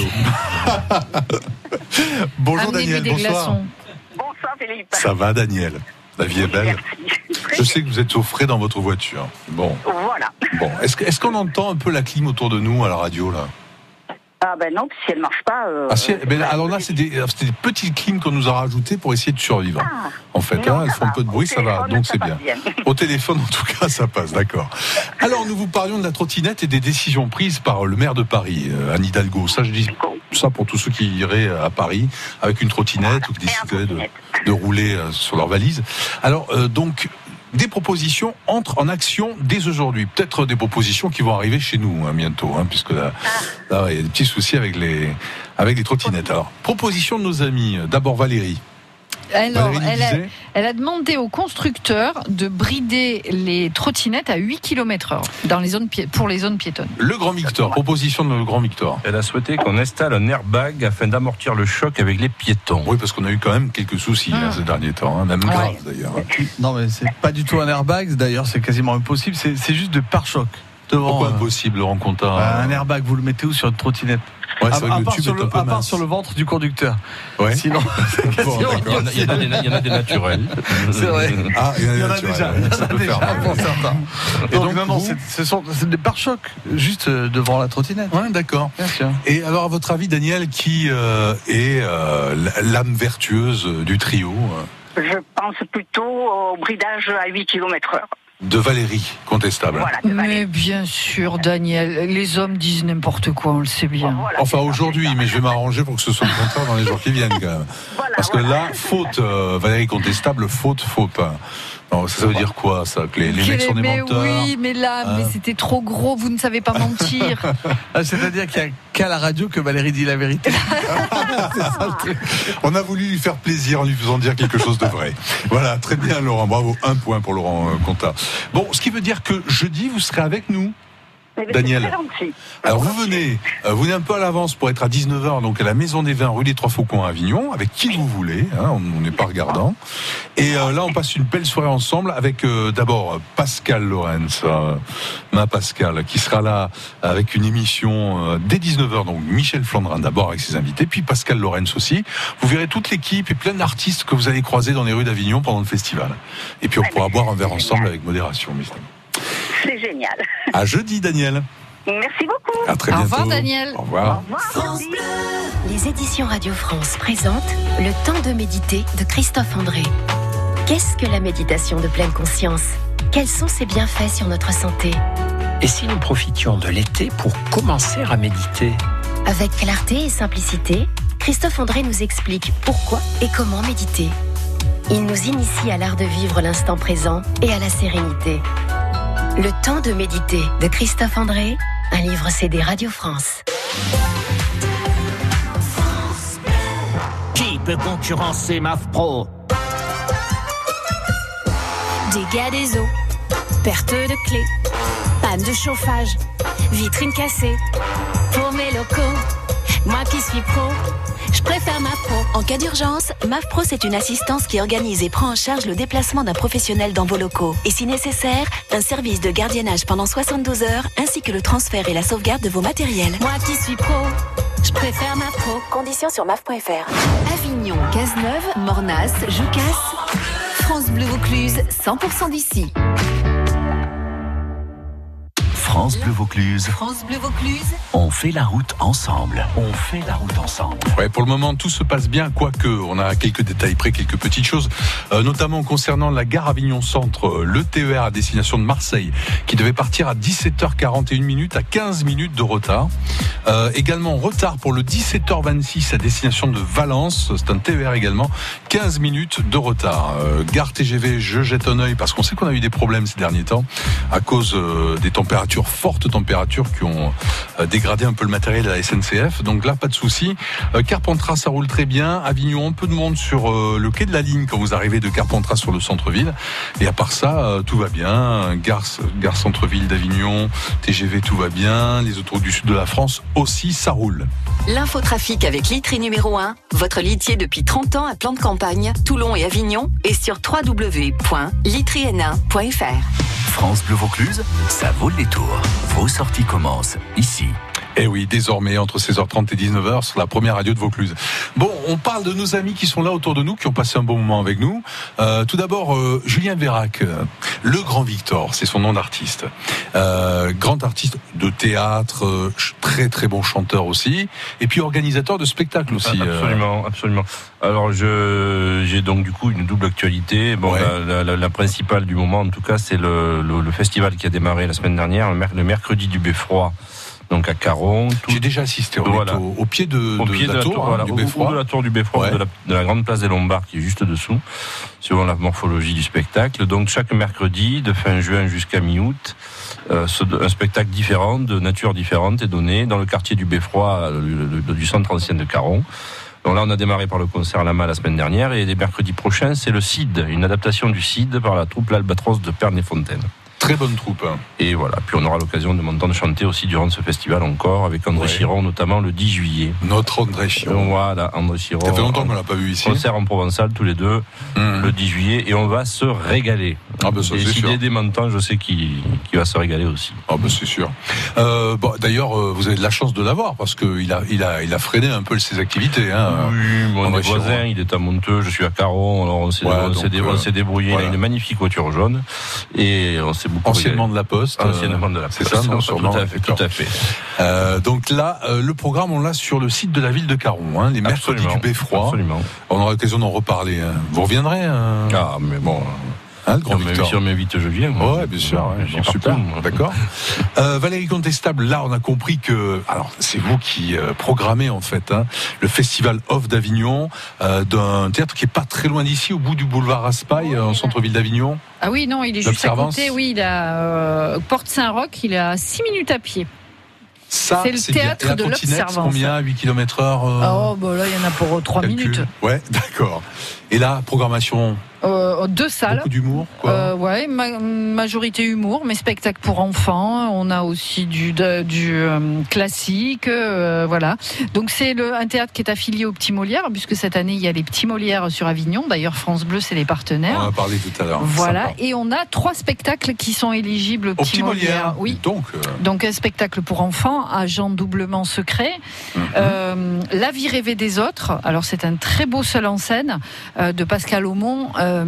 Bonjour Amenez-lui Daniel, des bonsoir. glaçons. Bonsoir Philippe. Ça va Daniel? La vie est belle. Merci. Je sais que vous êtes au frais dans votre voiture. Bon, Voilà. bon. Est-ce que- est-ce qu'on entend un peu la clim autour de nous à la radio là? Ah ben non, si elle marche pas. euh, Ah si, eh ben, alors là, c'est des, c'est des petites clims qu'on nous a rajoutées pour essayer de survivre. Ah, En fait, non, hein, elles ça font un va. peu de bruit, Au ça va, téléphone, donc ça c'est passe bien. bien. Au téléphone, en tout cas, ça passe, d'accord. Alors, nous vous parlions de la trottinette et des décisions prises par le maire de Paris, euh, Anne Hidalgo. Ça, je dis ça pour tous ceux qui iraient à Paris avec une trottinette ou qui Et un décideraient de, trottinette. de rouler euh, sur leur valise. Alors, euh, donc, des propositions entrent en action dès aujourd'hui. Peut-être des propositions qui vont arriver chez nous hein, bientôt, hein, puisque là, là, il y a des petits soucis avec les, avec les trottinettes. Alors, proposition de nos amis. D'abord Valérie. Alors, Valérie nous elle a, disait elle a demandé au constructeur de brider les trottinettes à huit kilomètres heure dans les zones pi- pour les zones piétonnes. Le Grand Victor. Proposition de le Grand Victor. Elle a souhaité qu'on installe un airbag afin d'amortir le choc avec les piétons. Oui, parce qu'on a eu quand même quelques soucis hein, ces derniers temps, hein, même Ouais. grave d'ailleurs. non, mais c'est pas du tout un airbag. D'ailleurs, c'est quasiment impossible. C'est c'est juste de pare-choc devant. Pourquoi euh, impossible, Laurent Conta? bah, un airbag, vous le mettez où sur une trottinette? Ouais, à, c'est vrai à que le part tube sur est le, un peu à part mince. sur le ventre du conducteur. Ouais. Sinon, c'est Bon, quasiment d'accord. Il y, en a, il, y en a des, il y en a des naturels. C'est vrai. Ah, il y en a, Il y en a naturels, déjà, ouais, il y en ça a peut déjà faire. pour certains. Et Donc, donc, non, non, vous- c'est- ce sont c'est des pare-chocs juste euh, devant la trottinette. Ouais, d'accord. Bien sûr. Et alors, à votre avis, Daniel, qui euh, est euh, l'âme vertueuse du trio euh, Je pense plutôt au bridage à huit kilomètres heure. de Valérie, contestable? Voilà, de Valérie. Mais bien sûr, Daniel, les hommes disent n'importe quoi, on le sait bien. Voilà, Enfin, c'est ça, aujourd'hui, c'est ça. mais je vais m'arranger pour que ce soit le contraire dans les jours qui viennent, quand même. Voilà, Parce que voilà. là, faute, euh, Valérie contestable, faute, faux pas. Non, ça, ça veut dire quoi, ça? Que les, les mecs sont des mais menteurs? oui, mais là, Hein mais c'était trop gros, vous ne savez pas mentir. Ah, c'est-à-dire qu'il n'y a qu'à la radio que Valérie dit la vérité. C'est ça le truc. On a voulu lui faire plaisir en lui faisant dire quelque chose de vrai. Voilà, très bien, Laurent. Bravo. Un point pour Laurent euh, Conta. Bon, ce qui veut dire que jeudi, vous serez avec nous. Eh ben, Daniel. c'est très gentil. Alors vous venez, euh, vous venez un peu à l'avance pour être à dix-neuf heures, donc à la Maison des Vins, rue des Trois Faucons à Avignon, avec qui vous voulez, hein, on n'est pas regardant. Et euh, là, on passe une belle soirée ensemble avec euh, d'abord Pascal Lorenz, euh, ma Pascal, qui sera là avec une émission euh, dès dix-neuf heures, donc Michel Flandrin d'abord avec ses invités, puis Pascal Lorenz aussi. Vous verrez toute l'équipe et plein d'artistes que vous allez croiser dans les rues d'Avignon pendant le festival. Et puis on pourra boire un verre ensemble avec modération, bien sûr. C'est génial. À jeudi, Daniel. Merci beaucoup. À très Au bientôt. revoir, Daniel. Au revoir. France Bleu. Les éditions Radio France présentent Le temps de méditer de Christophe André. Qu'est-ce que la méditation de pleine conscience? Quels sont ses bienfaits sur notre santé? Et si nous profitions de l'été pour commencer à méditer? Avec clarté et simplicité, Christophe André nous explique pourquoi et comment méditer. Il nous initie à l'art de vivre l'instant présent et à la sérénité. Le temps de méditer de Christophe André, un livre C D Radio France. Qui peut concurrencer M A F Pro? Dégâts des eaux, perte de clés, panne de chauffage, vitrine cassée. Pour mes locaux, moi qui suis pro, je préfère M A F Pro. En cas d'urgence, M A F Pro, c'est une assistance qui organise et prend en charge le déplacement d'un professionnel dans vos locaux. Et si nécessaire, un service de gardiennage pendant soixante-douze heures, ainsi que le transfert et la sauvegarde de vos matériels. Moi qui suis pro, je préfère M A F Pro. Conditions sur M A F point F R. Avignon, Cazeneuve, Mornas, Joucas. France Bleu Vaucluse, cent pour cent d'ici. France Bleu Vaucluse. France Bleu Vaucluse. On fait la route ensemble. On fait la route ensemble. Ouais, pour le moment, tout se passe bien, quoique on a quelques détails près, quelques petites choses, euh, notamment concernant la gare Avignon Centre, le T E R à destination de Marseille, qui devait partir à dix-sept heures quarante et une minutes, à quinze minutes de retard. Euh, également, retard pour le dix-sept heures vingt-six à destination de Valence, c'est un T E R également, quinze minutes de retard. Euh, gare T G V, je jette un œil parce qu'on sait qu'on a eu des problèmes ces derniers temps à cause euh, des températures, fortes températures qui ont euh, dégradé un peu le matériel de la S N C F. Donc là, pas de souci. Euh, Carpentras, ça roule très bien. Avignon, un peu de monde sur euh, le quai de la ligne quand vous arrivez de Carpentras sur le centre-ville. Et à part ça, euh, tout va bien. Gare, gare centre-ville d'Avignon, T G V, tout va bien. Les autoroutes du sud de la France aussi, ça roule. L'infotrafic avec Litry numéro un, votre litier depuis trente ans à plan de campagne, Toulon et Avignon, et sur w w w point litry n un point f r. France Bleu Vaucluse, ça vaut le détour. Vos sorties commencent ici. Eh oui, désormais, entre seize heures trente et dix-neuf heures, sur la première radio de Vaucluse. Bon, on parle de nos amis qui sont là autour de nous, qui ont passé un bon moment avec nous. Euh, tout d'abord, euh, Julien Vérac, euh, le Grand Victor, c'est son nom d'artiste. Euh, grand artiste de théâtre, euh, très très bon chanteur aussi, et puis organisateur de spectacles aussi. Absolument, euh... absolument. Alors, je, j'ai donc du coup une double actualité. Bon, ouais. la, la, la principale du moment, en tout cas, c'est le, le, le festival qui a démarré la semaine dernière, le, merc- le mercredi du Beffroi. Donc à Caron. Tout... J'ai déjà assisté. On voilà. est au, au pied de, au de, pied de, de la, la tour, tour, hein, voilà, du au, Beffroi. ou de la tour du Beffroi, ouais. de, la, de la grande place des Lombards qui est juste dessous, selon la morphologie du spectacle. Donc chaque mercredi, de fin juin jusqu'à mi-août, euh, un spectacle différent, de nature différente est donné dans le quartier du Beffroi, le, le, du centre ancien de Caron. Donc là, on a démarré par le concert Lama la semaine dernière, et les mercredis prochains, c'est le Cid, une adaptation du Cid par la troupe L'Albatros de Pernay-Fontaine. Très bonne troupe. Hein. Et voilà. Puis on aura l'occasion de m'entendre chanter aussi durant ce festival encore avec André ouais. Chiron, notamment le dix juillet. Notre André Chiron. Voilà, André Chiron. Ça fait longtemps qu'on l'a pas vu ici. Concert en provençal tous les deux mmh. le dix juillet, et on va se régaler. Ah ben ça et c'est si sûr. Dédé m'entend, je sais qu'il, qu'il va se régaler aussi. Ah ben c'est sûr. Euh, bon, d'ailleurs, vous avez de la chance de l'avoir parce que il a, il a, il a freiné un peu ses activités. Hein, oui, mon voisin, il est à Monteux, je suis à Caron. Alors on s'est, ouais, on, donc, s'est dé, euh, on s'est débrouillé. Voilà. Il a une magnifique voiture jaune et on s'est beaucoup. Anciennement de la Poste. Anciennement de la Poste. C'est ça, non, sûrement. Tout à fait. Tout à fait. Euh, donc là, euh, le programme, on l'a sur le site de la ville de Caron, hein, les mercredis du Beffroi. Absolument. On aura l'occasion d'en reparler. Hein. Vous reviendrez hein. Ah, mais bon. Hein, le Grand Victor. Si on m'invite, je viens. Ouais, bien sûr. Ouais, bon, super. Partout, d'accord. Euh, Valérie Contestable, là, on a compris que, alors, c'est vous qui euh, programmez en fait hein, le festival Off d'Avignon, euh, d'un théâtre qui est pas très loin d'ici, au bout du boulevard Raspail, oh, en centre-ville d'Avignon. Ah oui, non, il est juste à côté. Oui, il a euh, Porte Saint-Roch. Il est à six minutes à pied. Ça, c'est le c'est théâtre de l'Observance. Combien huit kilomètres heure euh, Oh, bah là, il y en a pour trois minutes. Ouais, d'accord. Et là, programmation euh, Deux salles. Beaucoup d'humour, quoi. Euh, ouais, ma- majorité humour, mais spectacle pour enfants. On a aussi du, de, du euh, classique, euh, voilà. Donc c'est le, un théâtre qui est affilié au Petit Molière, puisque cette année il y a les Petits Molières sur Avignon. D'ailleurs, France Bleu, c'est les partenaires. On en a parlé tout à l'heure. Voilà. Sympa. Et on a trois spectacles qui sont éligibles au, au Petit Molière. Molière. Oui. Donc, euh... donc un spectacle pour enfants, Agent doublement secret. Mm-hmm. Euh, La vie rêvée des autres. Alors c'est un très beau seul en scène euh, de Pascal Aumont. Euh,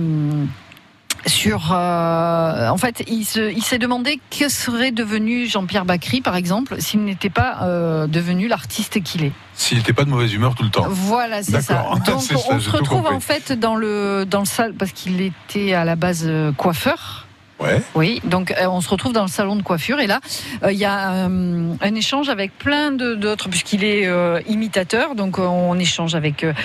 Sur, euh, en fait, il, se, il s'est demandé que serait devenu Jean-Pierre Bacry, par exemple, s'il n'était pas euh, devenu l'artiste qu'il est. S'il n'était pas de mauvaise humeur tout le temps. Voilà, c'est D'accord. ça. Donc c'est ça, on se retrouve en fait dans le dans le salle parce qu'il était à la base euh, coiffeur. Ouais. Oui, donc euh, on se retrouve dans le salon de coiffure et là il euh, y a euh, un échange avec plein de, d'autres puisqu'il est euh, imitateur, donc euh, on échange avec euh,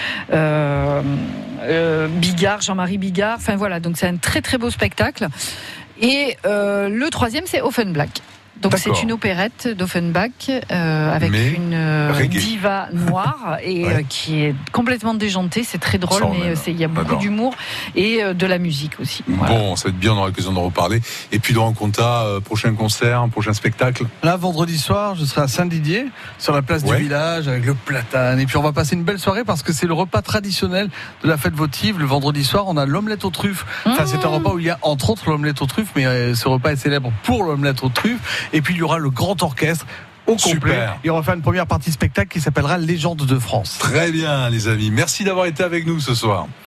euh, Bigard, Jean-Marie Bigard. Enfin voilà, donc c'est un très très beau spectacle. Et euh, le troisième c'est Offenbach. Donc D'accord. c'est une opérette d'Offenbach euh, avec mais une euh, diva noire et ouais. euh, qui est complètement déjantée. C'est très drôle, mais il y a beaucoup D'accord. d'humour et euh, de la musique aussi. Voilà. Bon, ça va être bien, on aura l'occasion d'en reparler. Et puis dans Raconta, euh, prochain concert, prochain spectacle. Là, vendredi soir, je serai à Saint-Didier, sur la place ouais. du village, avec le platane. Et puis on va passer une belle soirée parce que c'est le repas traditionnel de la fête votive. Le vendredi soir, on a l'omelette aux truffes. Enfin, mmh. c'est un repas où il y a entre autres l'omelette aux truffes, mais euh, ce repas est célèbre pour l'omelette aux truffes. Et puis il y aura le grand orchestre au complet. Super. Et on va faire une première partie spectacle qui s'appellera Légende de France. Très bien les amis, merci d'avoir été avec nous ce soir.